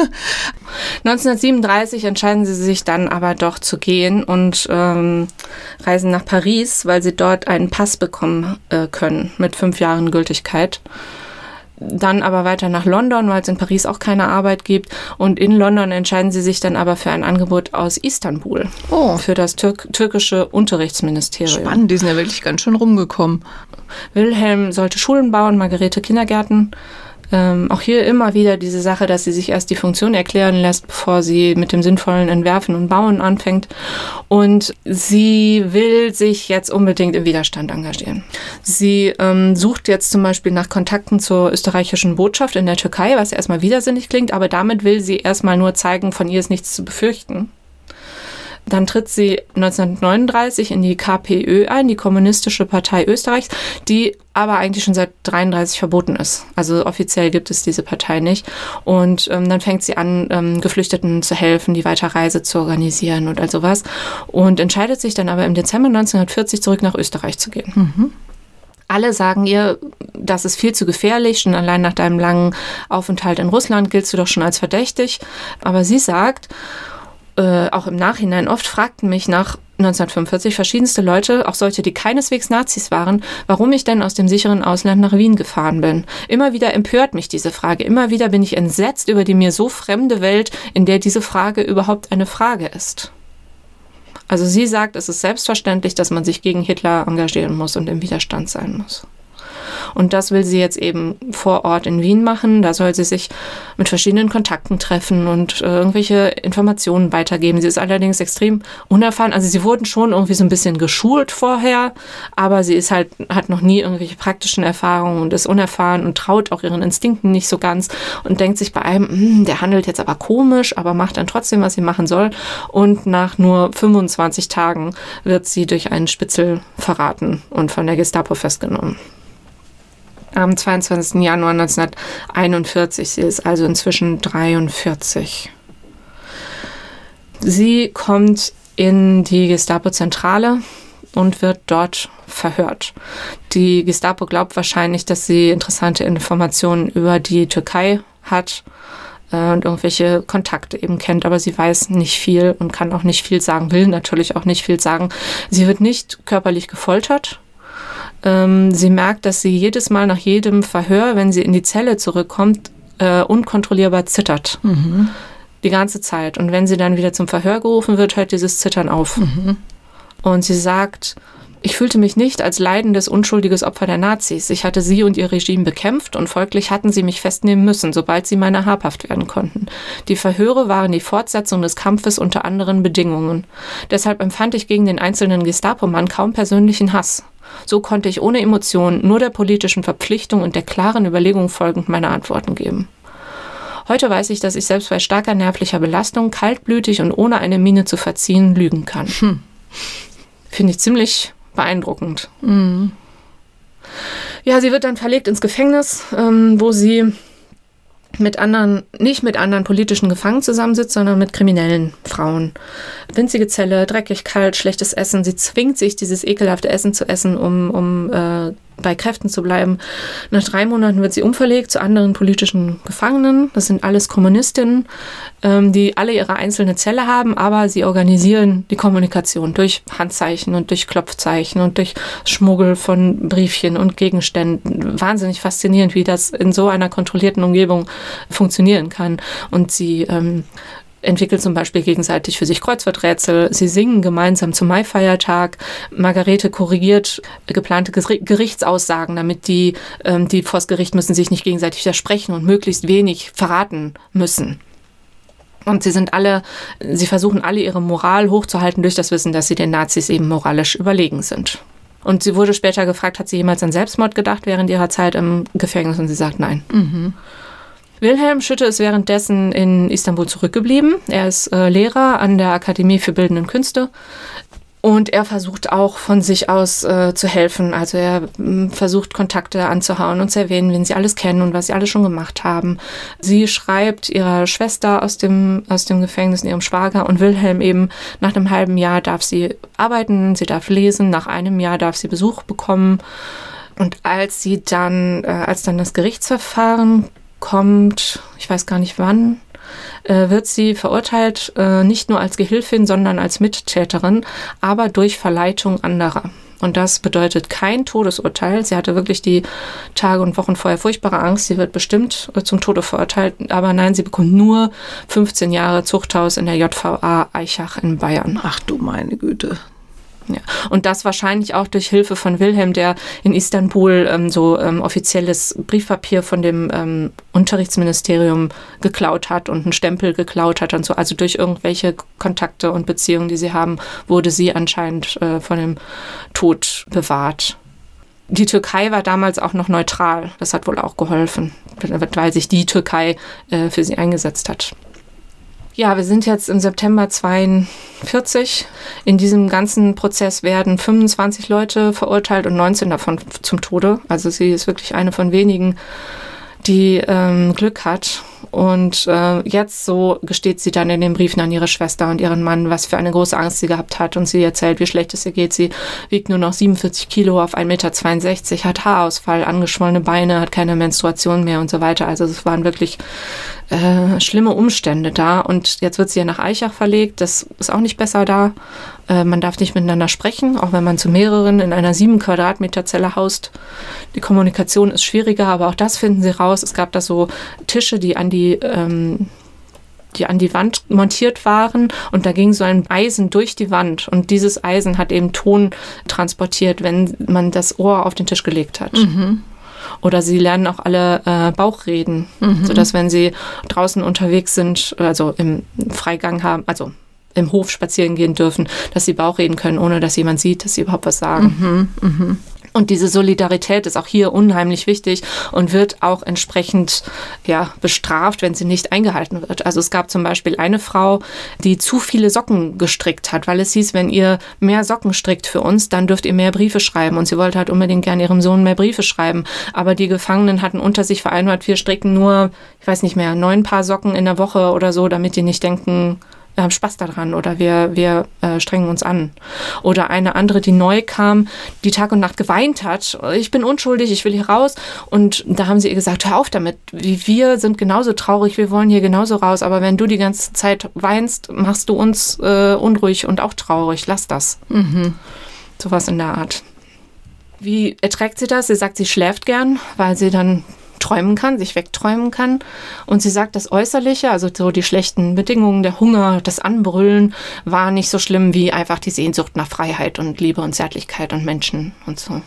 1937 entscheiden sie sich dann aber doch zu gehen und reisen nach Paris, weil sie dort einen Pass bekommen können mit 5 Jahren Gültigkeit. Dann aber weiter nach London, weil es in Paris auch keine Arbeit gibt. Und in London entscheiden sie sich dann aber für ein Angebot aus Istanbul. Für das türkische Unterrichtsministerium. Spannend, die sind ja wirklich ganz schön rumgekommen. Wilhelm sollte Schulen bauen, Margarete Kindergärten. Auch hier immer wieder diese Sache, dass sie sich erst die Funktion erklären lässt, bevor sie mit dem sinnvollen Entwerfen und Bauen anfängt. Und sie will sich jetzt unbedingt im Widerstand engagieren. Sie sucht jetzt zum Beispiel nach Kontakten zur österreichischen Botschaft in der Türkei, was erstmal widersinnig klingt, aber damit will sie erstmal nur zeigen, von ihr ist nichts zu befürchten. Dann tritt sie 1939 in die KPÖ ein, die Kommunistische Partei Österreichs, die aber eigentlich schon seit 1933 verboten ist. Also offiziell gibt es diese Partei nicht. Und dann fängt sie an, Geflüchteten zu helfen, die Weiterreise zu organisieren und all sowas. Und entscheidet sich dann aber im Dezember 1940 zurück nach Österreich zu gehen. Alle sagen ihr, das ist viel zu gefährlich, schon allein nach deinem langen Aufenthalt in Russland giltst du doch schon als verdächtig. Aber sie sagt, auch im Nachhinein, oft fragten mich nach 1945 verschiedenste Leute, auch solche, die keineswegs Nazis waren, warum ich denn aus dem sicheren Ausland nach Wien gefahren bin. Immer wieder empört mich diese Frage. Immer wieder bin ich entsetzt über die mir so fremde Welt, in der diese Frage überhaupt eine Frage ist. Also sie sagt, es ist selbstverständlich, dass man sich gegen Hitler engagieren muss und im Widerstand sein muss. Und das will sie jetzt eben vor Ort in Wien machen. Da soll sie sich mit verschiedenen Kontakten treffen und irgendwelche Informationen weitergeben. Sie ist allerdings extrem unerfahren. Also sie wurden schon irgendwie so ein bisschen geschult vorher, aber sie ist halt, hat noch nie irgendwelche praktischen Erfahrungen und ist unerfahren und traut auch ihren Instinkten nicht so ganz und denkt sich bei einem, der handelt jetzt aber komisch, aber macht dann trotzdem, was sie machen soll. Und nach nur 25 Tagen wird sie durch einen Spitzel verraten und von der Gestapo festgenommen. Am 22. Januar 1941. Sie ist also inzwischen 43. Sie kommt in die Gestapo-Zentrale und wird dort verhört. Die Gestapo glaubt wahrscheinlich, dass sie interessante Informationen über die Türkei hat und irgendwelche Kontakte eben kennt, aber sie weiß nicht viel und kann auch nicht viel sagen, will natürlich auch nicht viel sagen. Sie wird nicht körperlich gefoltert. Sie merkt, dass sie jedes Mal nach jedem Verhör, wenn sie in die Zelle zurückkommt, unkontrollierbar zittert. Mhm. Die ganze Zeit. Und wenn sie dann wieder zum Verhör gerufen wird, hört dieses Zittern auf. Mhm. Und sie sagt, ich fühlte mich nicht als leidendes, unschuldiges Opfer der Nazis. Ich hatte sie und ihr Regime bekämpft und folglich hatten sie mich festnehmen müssen, sobald sie meiner habhaft werden konnten. Die Verhöre waren die Fortsetzung des Kampfes unter anderen Bedingungen. Deshalb empfand ich gegen den einzelnen Gestapo-Mann kaum persönlichen Hass. So konnte ich ohne Emotionen nur der politischen Verpflichtung und der klaren Überlegung folgend meine Antworten geben. Heute weiß ich, dass ich selbst bei starker nervlicher Belastung kaltblütig und ohne eine Miene zu verziehen lügen kann. Finde ich ziemlich beeindruckend. Mhm. Ja, sie wird dann verlegt ins Gefängnis, wo sie nicht mit anderen politischen Gefangenen zusammensitzt, sondern mit kriminellen Frauen. Winzige Zelle, dreckig, kalt, schlechtes Essen. Sie zwingt sich, dieses ekelhafte Essen zu essen, um bei Kräften zu bleiben. Nach 3 Monaten wird sie umverlegt zu anderen politischen Gefangenen. Das sind alles Kommunistinnen, die alle ihre einzelne Zelle haben, aber sie organisieren die Kommunikation durch Handzeichen und durch Klopfzeichen und durch Schmuggel von Briefchen und Gegenständen. Wahnsinnig faszinierend, wie das in so einer kontrollierten Umgebung funktionieren kann. Und sie entwickelt zum Beispiel gegenseitig für sich Kreuzworträtsel. Sie singen gemeinsam zum Maifeiertag. Margarete korrigiert geplante Gerichtsaussagen, damit die vors Gericht müssen sich nicht gegenseitig widersprechen und möglichst wenig verraten müssen. Und sie versuchen alle ihre Moral hochzuhalten durch das Wissen, dass sie den Nazis eben moralisch überlegen sind. Und sie wurde später gefragt, hat sie jemals an Selbstmord gedacht während ihrer Zeit im Gefängnis? Und sie sagt nein. Mhm. Wilhelm Schütte ist währenddessen in Istanbul zurückgeblieben. Er ist Lehrer an der Akademie für Bildende Künste und er versucht auch von sich aus zu helfen. Also er versucht Kontakte anzuhauen und zu erwähnen, wen sie alles kennen und was sie alle schon gemacht haben. Sie schreibt ihrer Schwester aus dem Gefängnis, ihrem Schwager, und Wilhelm eben, nach einem halben Jahr darf sie arbeiten, sie darf lesen, nach einem Jahr darf sie Besuch bekommen. Und als dann das Gerichtsverfahren kommt, ich weiß gar nicht wann, wird sie verurteilt, nicht nur als Gehilfin, sondern als Mittäterin, aber durch Verleitung anderer. Und das bedeutet kein Todesurteil. Sie hatte wirklich die Tage und Wochen vorher furchtbare Angst, sie wird bestimmt zum Tode verurteilt, aber nein, sie bekommt nur 15 Jahre Zuchthaus in der JVA Aichach in Bayern. Ach du meine Güte. Ja. Und das wahrscheinlich auch durch Hilfe von Wilhelm, der in Istanbul offizielles Briefpapier von dem Unterrichtsministerium geklaut hat und einen Stempel geklaut hat und so. Also durch irgendwelche Kontakte und Beziehungen, die sie haben, wurde sie anscheinend von dem Tod bewahrt. Die Türkei war damals auch noch neutral. Das hat wohl auch geholfen, weil sich die Türkei für sie eingesetzt hat. Ja, wir sind jetzt im September 1942. In diesem ganzen Prozess werden 25 Leute verurteilt und 19 davon zum Tode. Also sie ist wirklich eine von wenigen, die Glück hat. Und jetzt so gesteht sie dann in den Briefen an ihre Schwester und ihren Mann, was für eine große Angst sie gehabt hat. Und sie erzählt, wie schlecht es ihr geht. Sie wiegt nur noch 47 Kilo auf 1,62 Meter, hat Haarausfall, angeschwollene Beine, hat keine Menstruation mehr und so weiter. Also es waren wirklich schlimme Umstände da. Und jetzt wird sie ja nach Aichach verlegt. Das ist auch nicht besser da. Man darf nicht miteinander sprechen, auch wenn man zu mehreren in einer 7 Quadratmeter Zelle haust. Die Kommunikation ist schwieriger, aber auch das finden sie raus. Es gab da so Tische, die an die Wand montiert waren und da ging so ein Eisen durch die Wand und dieses Eisen hat eben Ton transportiert, wenn man das Ohr auf den Tisch gelegt hat. Mhm. Oder sie lernen auch alle Bauchreden, sodass wenn sie draußen unterwegs sind, also im Freigang haben, also im Hof spazieren gehen dürfen, dass sie Bauchreden können, ohne dass jemand sieht, dass sie überhaupt was sagen. Und diese Solidarität ist auch hier unheimlich wichtig und wird auch entsprechend bestraft, wenn sie nicht eingehalten wird. Also es gab zum Beispiel eine Frau, die zu viele Socken gestrickt hat, weil es hieß, wenn ihr mehr Socken strickt für uns, dann dürft ihr mehr Briefe schreiben. Und sie wollte halt unbedingt gerne ihrem Sohn mehr Briefe schreiben. Aber die Gefangenen hatten unter sich vereinbart, wir stricken nur, 9 Paar Socken in der Woche oder so, damit die nicht denken, wir haben Spaß daran oder wir strengen uns an. Oder eine andere, die neu kam, die Tag und Nacht geweint hat. Ich bin unschuldig, ich will hier raus. Und da haben sie ihr gesagt, hör auf damit. Wir sind genauso traurig, wir wollen hier genauso raus. Aber wenn du die ganze Zeit weinst, machst du uns unruhig und auch traurig. Lass das. Sowas in der Art. Wie erträgt sie das? Sie sagt, sie schläft gern, weil sie dann träumen kann, sich wegträumen kann. Und sie sagt, das Äußerliche, also so die schlechten Bedingungen, der Hunger, das Anbrüllen, war nicht so schlimm wie einfach die Sehnsucht nach Freiheit und Liebe und Zärtlichkeit und Menschen und so.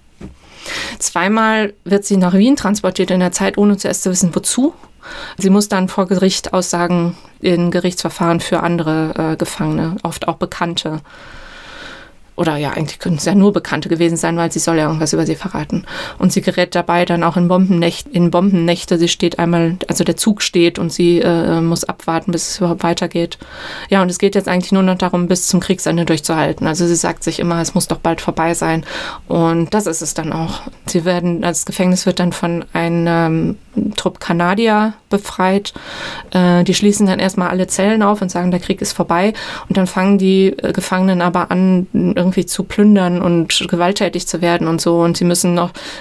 2-mal wird sie nach Wien transportiert in der Zeit, ohne zuerst zu wissen, wozu. Sie muss dann vor Gericht aussagen in Gerichtsverfahren für andere Gefangene, oft auch Bekannte. Oder ja, eigentlich könnten es ja nur Bekannte gewesen sein, weil sie soll ja irgendwas über sie verraten. Und sie gerät dabei dann auch in Bombennächte. Sie steht einmal, also der Zug steht und sie muss abwarten, bis es überhaupt weitergeht. Ja, und es geht jetzt eigentlich nur noch darum, bis zum Kriegsende durchzuhalten. Also sie sagt sich immer, es muss doch bald vorbei sein. Und das ist es dann auch. Das Gefängnis wird dann von einem Trupp Kanadier befreit. Die schließen dann erstmal alle Zellen auf und sagen, der Krieg ist vorbei. Und dann fangen die Gefangenen aber an, irgendwie zu plündern und gewalttätig zu werden und so. Und sie müssen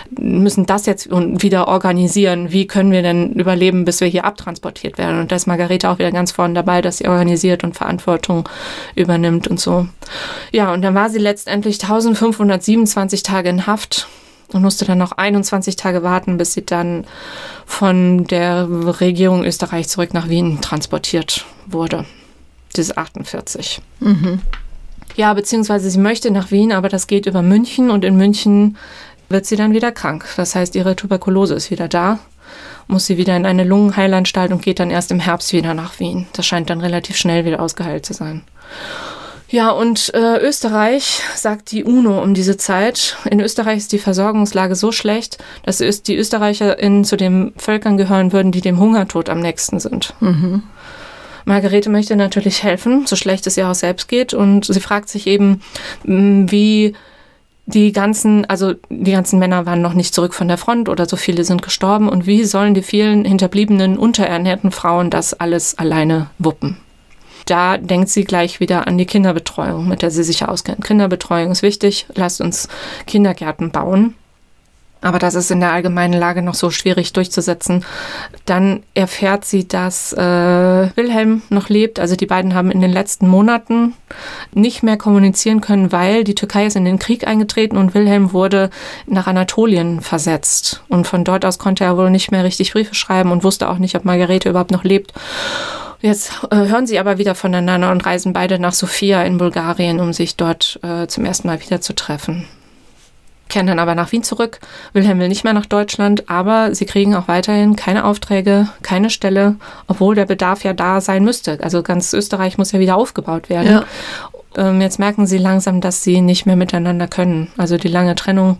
das jetzt wieder organisieren. Wie können wir denn überleben, bis wir hier abtransportiert werden? Und da ist Margarete auch wieder ganz vorne dabei, dass sie organisiert und Verantwortung übernimmt und so. Ja, und dann war sie letztendlich 1527 Tage in Haft und musste dann noch 21 Tage warten, bis sie dann von der Regierung Österreich zurück nach Wien transportiert wurde. Das ist 48. Ja, beziehungsweise sie möchte nach Wien, aber das geht über München und in München wird sie dann wieder krank. Das heißt, ihre Tuberkulose ist wieder da, muss sie wieder in eine Lungenheilanstalt und geht dann erst im Herbst wieder nach Wien. Das scheint dann relativ schnell wieder ausgeheilt zu sein. Ja, und Österreich, sagt die UNO um diese Zeit, in Österreich ist die Versorgungslage so schlecht, dass die ÖsterreicherInnen zu den Völkern gehören würden, die dem Hungertod am nächsten sind. Margarete möchte natürlich helfen, so schlecht es ihr auch selbst geht. Und sie fragt sich eben, wie die ganzen Männer waren noch nicht zurück von der Front oder so viele sind gestorben. Und wie sollen die vielen hinterbliebenen, unterernährten Frauen das alles alleine wuppen? Da denkt sie gleich wieder an die Kinderbetreuung, mit der sie sich auskennt. Kinderbetreuung ist wichtig, lasst uns Kindergärten bauen. Aber das ist in der allgemeinen Lage noch so schwierig durchzusetzen. Dann erfährt sie, dass Wilhelm noch lebt. Also die beiden haben in den letzten Monaten nicht mehr kommunizieren können, weil die Türkei ist in den Krieg eingetreten und Wilhelm wurde nach Anatolien versetzt. Und von dort aus konnte er wohl nicht mehr richtig Briefe schreiben und wusste auch nicht, ob Margarete überhaupt noch lebt. Jetzt hören sie aber wieder voneinander und reisen beide nach Sofia in Bulgarien, um sich dort zum ersten Mal wieder zu treffen. Kehren dann aber nach Wien zurück. Wilhelm will nicht mehr nach Deutschland, aber sie kriegen auch weiterhin keine Aufträge, keine Stelle, obwohl der Bedarf ja da sein müsste. Also ganz Österreich muss ja wieder aufgebaut werden. Ja. Jetzt merken sie langsam, dass sie nicht mehr miteinander können. Also die lange Trennung.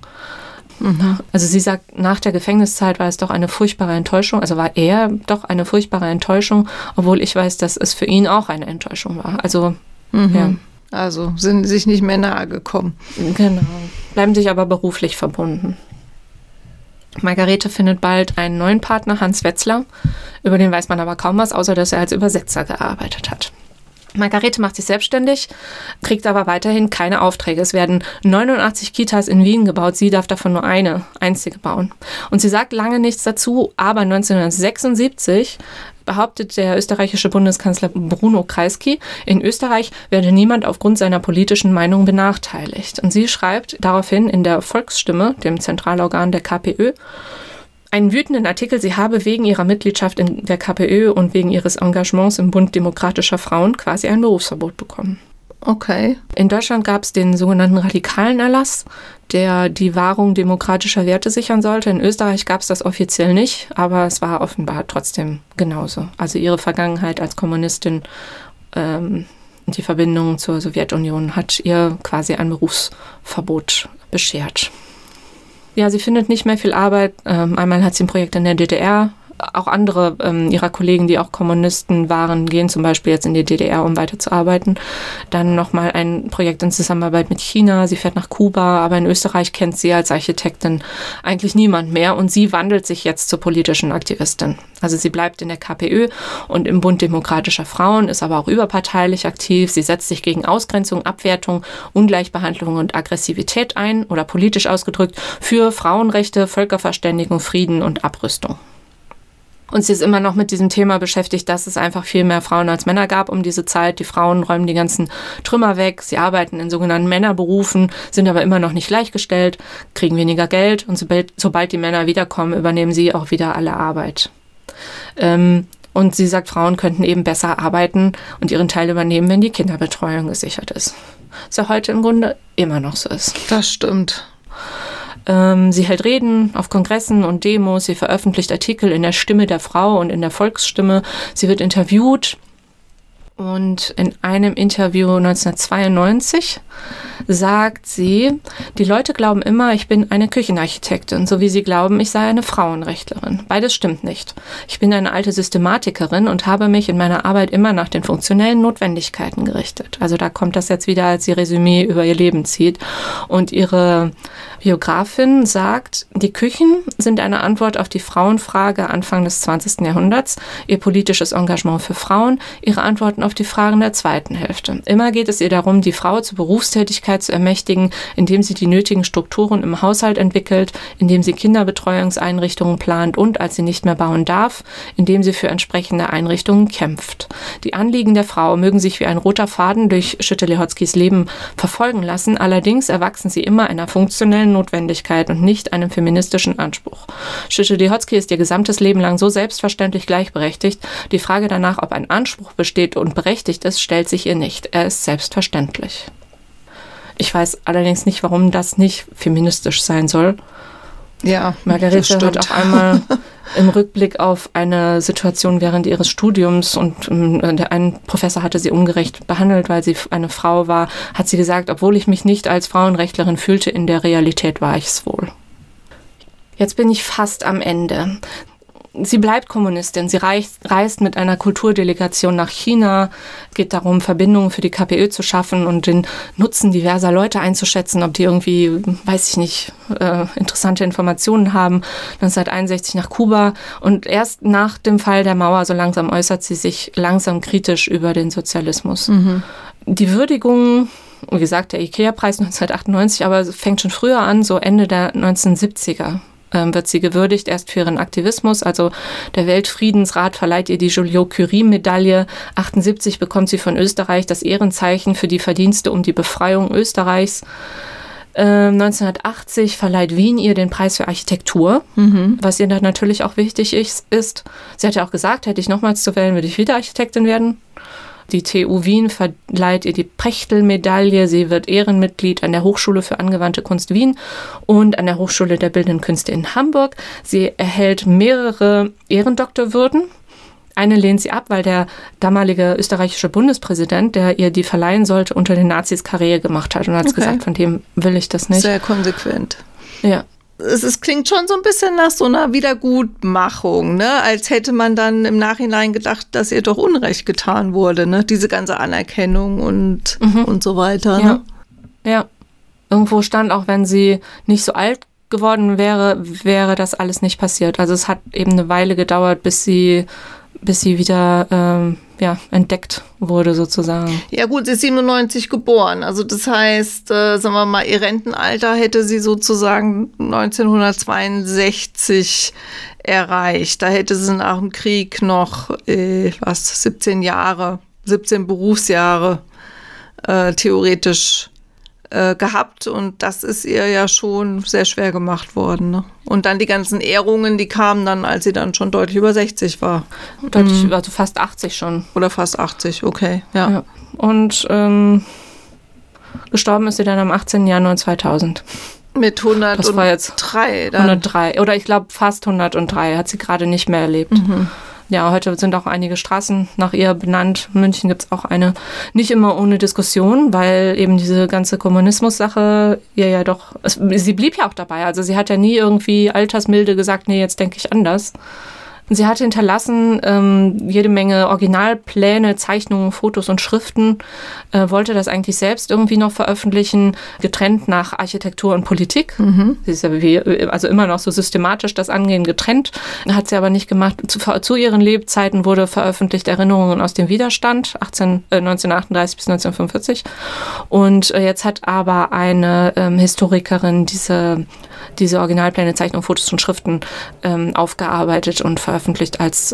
Also sie sagt, nach der Gefängniszeit war es doch eine furchtbare Enttäuschung, also war er doch eine furchtbare Enttäuschung, obwohl ich weiß, dass es für ihn auch eine Enttäuschung war. Also, ja. Also sind sich nicht mehr nahe gekommen. Genau. Bleiben sich aber beruflich verbunden. Margarete findet bald einen neuen Partner, Hans Wetzler. Über den weiß man aber kaum was, außer dass er als Übersetzer gearbeitet hat. Margarete macht sich selbstständig, kriegt aber weiterhin keine Aufträge. Es werden 89 Kitas in Wien gebaut, sie darf davon nur eine einzige bauen. Und sie sagt lange nichts dazu, aber 1976 behauptet der österreichische Bundeskanzler Bruno Kreisky, in Österreich werde niemand aufgrund seiner politischen Meinung benachteiligt. Und sie schreibt daraufhin in der Volksstimme, dem Zentralorgan der KPÖ, einen wütenden Artikel, sie habe wegen ihrer Mitgliedschaft in der KPÖ und wegen ihres Engagements im Bund demokratischer Frauen quasi ein Berufsverbot bekommen. Okay. In Deutschland gab es den sogenannten radikalen Erlass, der die Wahrung demokratischer Werte sichern sollte. In Österreich gab es das offiziell nicht, aber es war offenbar trotzdem genauso. Also ihre Vergangenheit als Kommunistin, die Verbindung zur Sowjetunion hat ihr quasi ein Berufsverbot beschert. Ja, sie findet nicht mehr viel Arbeit. Einmal hat sie ein Projekt in der DDR. Auch andere ihrer Kollegen, die auch Kommunisten waren, gehen zum Beispiel jetzt in die DDR, um weiterzuarbeiten. Dann nochmal ein Projekt in Zusammenarbeit mit China. Sie fährt nach Kuba, aber in Österreich kennt sie als Architektin eigentlich niemand mehr. Und sie wandelt sich jetzt zur politischen Aktivistin. Also sie bleibt in der KPÖ und im Bund demokratischer Frauen, ist aber auch überparteilich aktiv. Sie setzt sich gegen Ausgrenzung, Abwertung, Ungleichbehandlung und Aggressivität ein oder politisch ausgedrückt für Frauenrechte, Völkerverständigung, Frieden und Abrüstung. Und sie ist immer noch mit diesem Thema beschäftigt, dass es einfach viel mehr Frauen als Männer gab um diese Zeit. Die Frauen räumen die ganzen Trümmer weg. Sie arbeiten in sogenannten Männerberufen, sind aber immer noch nicht gleichgestellt, kriegen weniger Geld. Und sobald die Männer wiederkommen, übernehmen sie auch wieder alle Arbeit. Und sie sagt, Frauen könnten eben besser arbeiten und ihren Teil übernehmen, wenn die Kinderbetreuung gesichert ist. Was ja heute im Grunde immer noch so ist. Das stimmt. Sie hält Reden auf Kongressen und Demos, sie veröffentlicht Artikel in der Stimme der Frau und in der Volksstimme. Sie wird interviewt und in einem Interview 1992 sagt sie, die Leute glauben immer, ich bin eine Küchenarchitektin, so wie sie glauben, ich sei eine Frauenrechtlerin. Beides stimmt nicht. Ich bin eine alte Systematikerin und habe mich in meiner Arbeit immer nach den funktionellen Notwendigkeiten gerichtet. Also da kommt das jetzt wieder, als sie Resümee über ihr Leben zieht. Und ihre Biografin sagt, die Küchen sind eine Antwort auf die Frauenfrage Anfang des 20. Jahrhunderts, ihr politisches Engagement für Frauen, ihre Antworten auf die Fragen der zweiten Hälfte. Immer geht es ihr darum, die Frau zur Berufstätigkeit zu ermächtigen, indem sie die nötigen Strukturen im Haushalt entwickelt, indem sie Kinderbetreuungseinrichtungen plant und, als sie nicht mehr bauen darf, indem sie für entsprechende Einrichtungen kämpft. Die Anliegen der Frau mögen sich wie ein roter Faden durch Schütte-Lihotzkys Leben verfolgen lassen, allerdings erwachsen sie immer einer funktionellen Notwendigkeit und nicht einem feministischen Anspruch. Schütte-Lihotzky ist ihr gesamtes Leben lang so selbstverständlich gleichberechtigt. Die Frage danach, ob ein Anspruch besteht und berechtigt ist, stellt sich ihr nicht. Er ist selbstverständlich. Ich weiß allerdings nicht, warum das nicht feministisch sein soll. Ja, Margarete hat auch einmal im Rückblick auf eine Situation während ihres Studiums und ein Professor hatte sie ungerecht behandelt, weil sie eine Frau war, hat sie gesagt, obwohl ich mich nicht als Frauenrechtlerin fühlte, in der Realität war ich es wohl. Jetzt bin ich fast am Ende. Sie bleibt Kommunistin. Sie reist mit einer Kulturdelegation nach China, geht darum, Verbindungen für die KPÖ zu schaffen und den Nutzen diverser Leute einzuschätzen, ob die irgendwie, weiß ich nicht, interessante Informationen haben. 1961 nach Kuba und erst nach dem Fall der Mauer so langsam äußert sie sich langsam kritisch über den Sozialismus. Mhm. Die Würdigung, wie gesagt, der IKEA-Preis 1998, aber es fängt schon früher an, so Ende der 1970er. Wird sie gewürdigt, erst für ihren Aktivismus. Also der Weltfriedensrat verleiht ihr die Joliot-Curie-Medaille. 1978 bekommt sie von Österreich das Ehrenzeichen für die Verdienste um die Befreiung Österreichs. 1980 verleiht Wien ihr den Preis für Architektur, was ihr dann natürlich auch wichtig ist. Sie hat ja auch gesagt, hätte ich nochmals zu wählen, würde ich wieder Architektin werden. Die TU Wien verleiht ihr die Prechtl-Medaille. Sie wird Ehrenmitglied an der Hochschule für angewandte Kunst Wien und an der Hochschule der Bildenden Künste in Hamburg. Sie erhält mehrere Ehrendoktorwürden. Eine lehnt sie ab, weil der damalige österreichische Bundespräsident, der ihr die verleihen sollte, unter den Nazis Karriere gemacht hat und hat gesagt, von dem will ich das nicht. Sehr konsequent. Ja. Es klingt schon so ein bisschen nach so einer Wiedergutmachung, ne? Als hätte man dann im Nachhinein gedacht, dass ihr doch Unrecht getan wurde, ne? Diese ganze Anerkennung und so weiter. Ne? Ja. Irgendwo stand auch, wenn sie nicht so alt geworden wäre das alles nicht passiert. Also es hat eben eine Weile gedauert, bis sie wieder entdeckt wurde sozusagen. Ja gut, sie ist 97 geboren. Also das heißt, sagen wir mal, ihr Rentenalter hätte sie sozusagen 1962 erreicht. Da hätte sie nach dem Krieg noch 17 Berufsjahre theoretisch gehabt, und das ist ihr ja schon sehr schwer gemacht worden. Ne? Und dann die ganzen Ehrungen, die kamen dann, als sie dann schon deutlich über 60 war. Also fast 80 schon. Oder fast 80, okay. Ja. Und gestorben ist sie dann am 18. Januar 2000. Mit 103. Das war jetzt 103. Oder ich glaube fast 103. Hat sie gerade nicht mehr erlebt. Mhm. Ja, heute sind auch einige Straßen nach ihr benannt. In München gibt es auch eine. Nicht immer ohne Diskussion, weil eben diese ganze Kommunismus-Sache sie blieb ja auch dabei. Also sie hat ja nie irgendwie altersmilde gesagt, nee, jetzt denke ich anders. Sie hatte hinterlassen jede Menge Originalpläne, Zeichnungen, Fotos und Schriften, wollte das eigentlich selbst irgendwie noch veröffentlichen, getrennt nach Architektur und Politik. Mhm. Sie ist ja immer noch so systematisch das Angehen getrennt, hat sie aber nicht gemacht. Zu ihren Lebzeiten wurde veröffentlicht Erinnerungen aus dem Widerstand, 1938 bis 1945. Und jetzt hat aber eine Historikerin diese Originalpläne, Zeichnungen, Fotos und Schriften aufgearbeitet und veröffentlicht als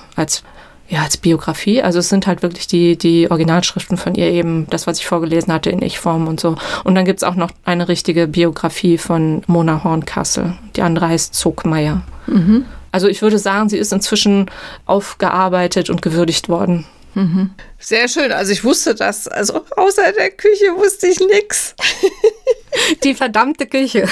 Biografie. Also es sind halt wirklich die Originalschriften von ihr, eben das, was ich vorgelesen hatte in Ich-Form und so. Und dann gibt es auch noch eine richtige Biografie von Mona Hornkassel. Die andere heißt Zogmeier. Mhm. Also ich würde sagen, sie ist inzwischen aufgearbeitet und gewürdigt worden. Mhm. Sehr schön. Also ich wusste das. Also außer der Küche wusste ich nichts. Die verdammte Küche.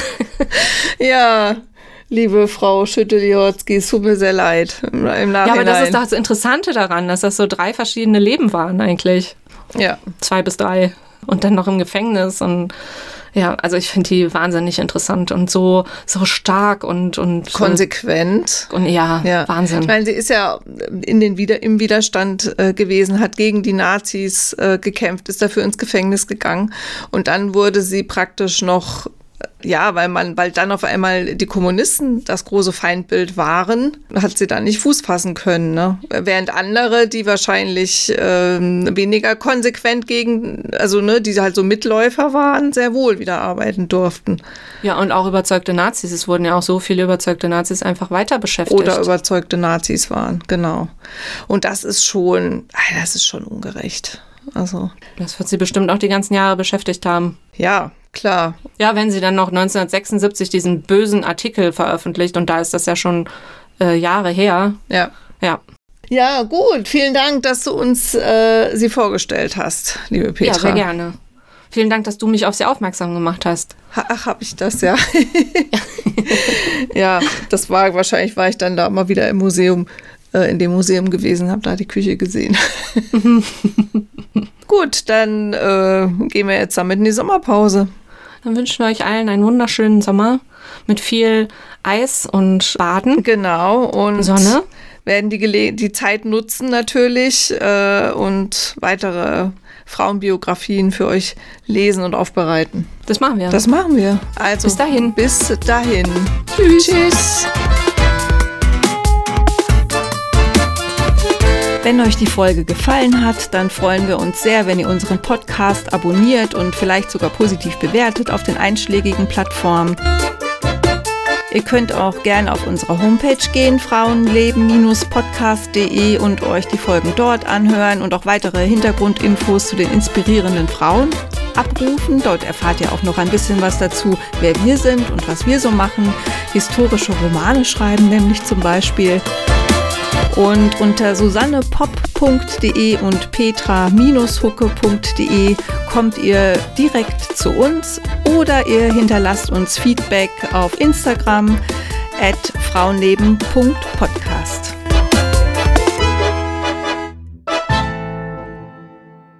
Ja, liebe Frau Schütte-Lihotzky, es tut mir sehr leid im Nachhinein. Ja, aber das ist doch das Interessante daran, dass das so 3 verschiedene Leben waren eigentlich. Ja. 2 bis 3. Und dann noch im Gefängnis. Und ja, also ich finde die wahnsinnig interessant und so stark und konsequent. Und ja, Wahnsinn. Ich meine, sie ist ja im Widerstand gewesen, hat gegen die Nazis gekämpft, ist dafür ins Gefängnis gegangen. Und dann wurde sie praktisch noch, weil dann auf einmal die Kommunisten das große Feindbild waren, hat sie dann nicht Fuß fassen können. Ne? Während andere, die wahrscheinlich weniger konsequent die halt so Mitläufer waren, sehr wohl wieder arbeiten durften. Ja, und auch überzeugte Nazis. Es wurden ja auch so viele überzeugte Nazis einfach weiter beschäftigt. Oder überzeugte Nazis waren, genau. Und das ist schon ungerecht. Also das wird sie bestimmt auch die ganzen Jahre beschäftigt haben. Ja, klar. Ja, wenn sie dann noch 1976 diesen bösen Artikel veröffentlicht, und da ist das ja schon Jahre her. Ja. Ja. Ja, gut. Vielen Dank, dass du uns sie vorgestellt hast, liebe Petra. Ja, sehr gerne. Vielen Dank, dass du mich auf sie aufmerksam gemacht hast. Ach, habe ich das, ja. Ja, wahrscheinlich war ich dann da mal wieder im Museum, in dem Museum gewesen, habe da die Küche gesehen. Gut, dann gehen wir jetzt damit in die Sommerpause. Dann wünschen wir euch allen einen wunderschönen Sommer mit viel Eis und Baden. Genau, und Sonne. Werden die Zeit nutzen natürlich und weitere Frauenbiografien für euch lesen und aufbereiten. Das machen wir. Also bis dahin. Tschüss. Wenn euch die Folge gefallen hat, dann freuen wir uns sehr, wenn ihr unseren Podcast abonniert und vielleicht sogar positiv bewertet auf den einschlägigen Plattformen. Ihr könnt auch gerne auf unsere Homepage gehen, frauenleben-podcast.de, und euch die Folgen dort anhören und auch weitere Hintergrundinfos zu den inspirierenden Frauen abrufen. Dort erfahrt ihr auch noch ein bisschen was dazu, wer wir sind und was wir so machen. Historische Romane schreiben nämlich zum Beispiel. Und unter susannepop.de und petra-hucke.de kommt ihr direkt zu uns oder ihr hinterlasst uns Feedback auf Instagram @frauenleben.podcast.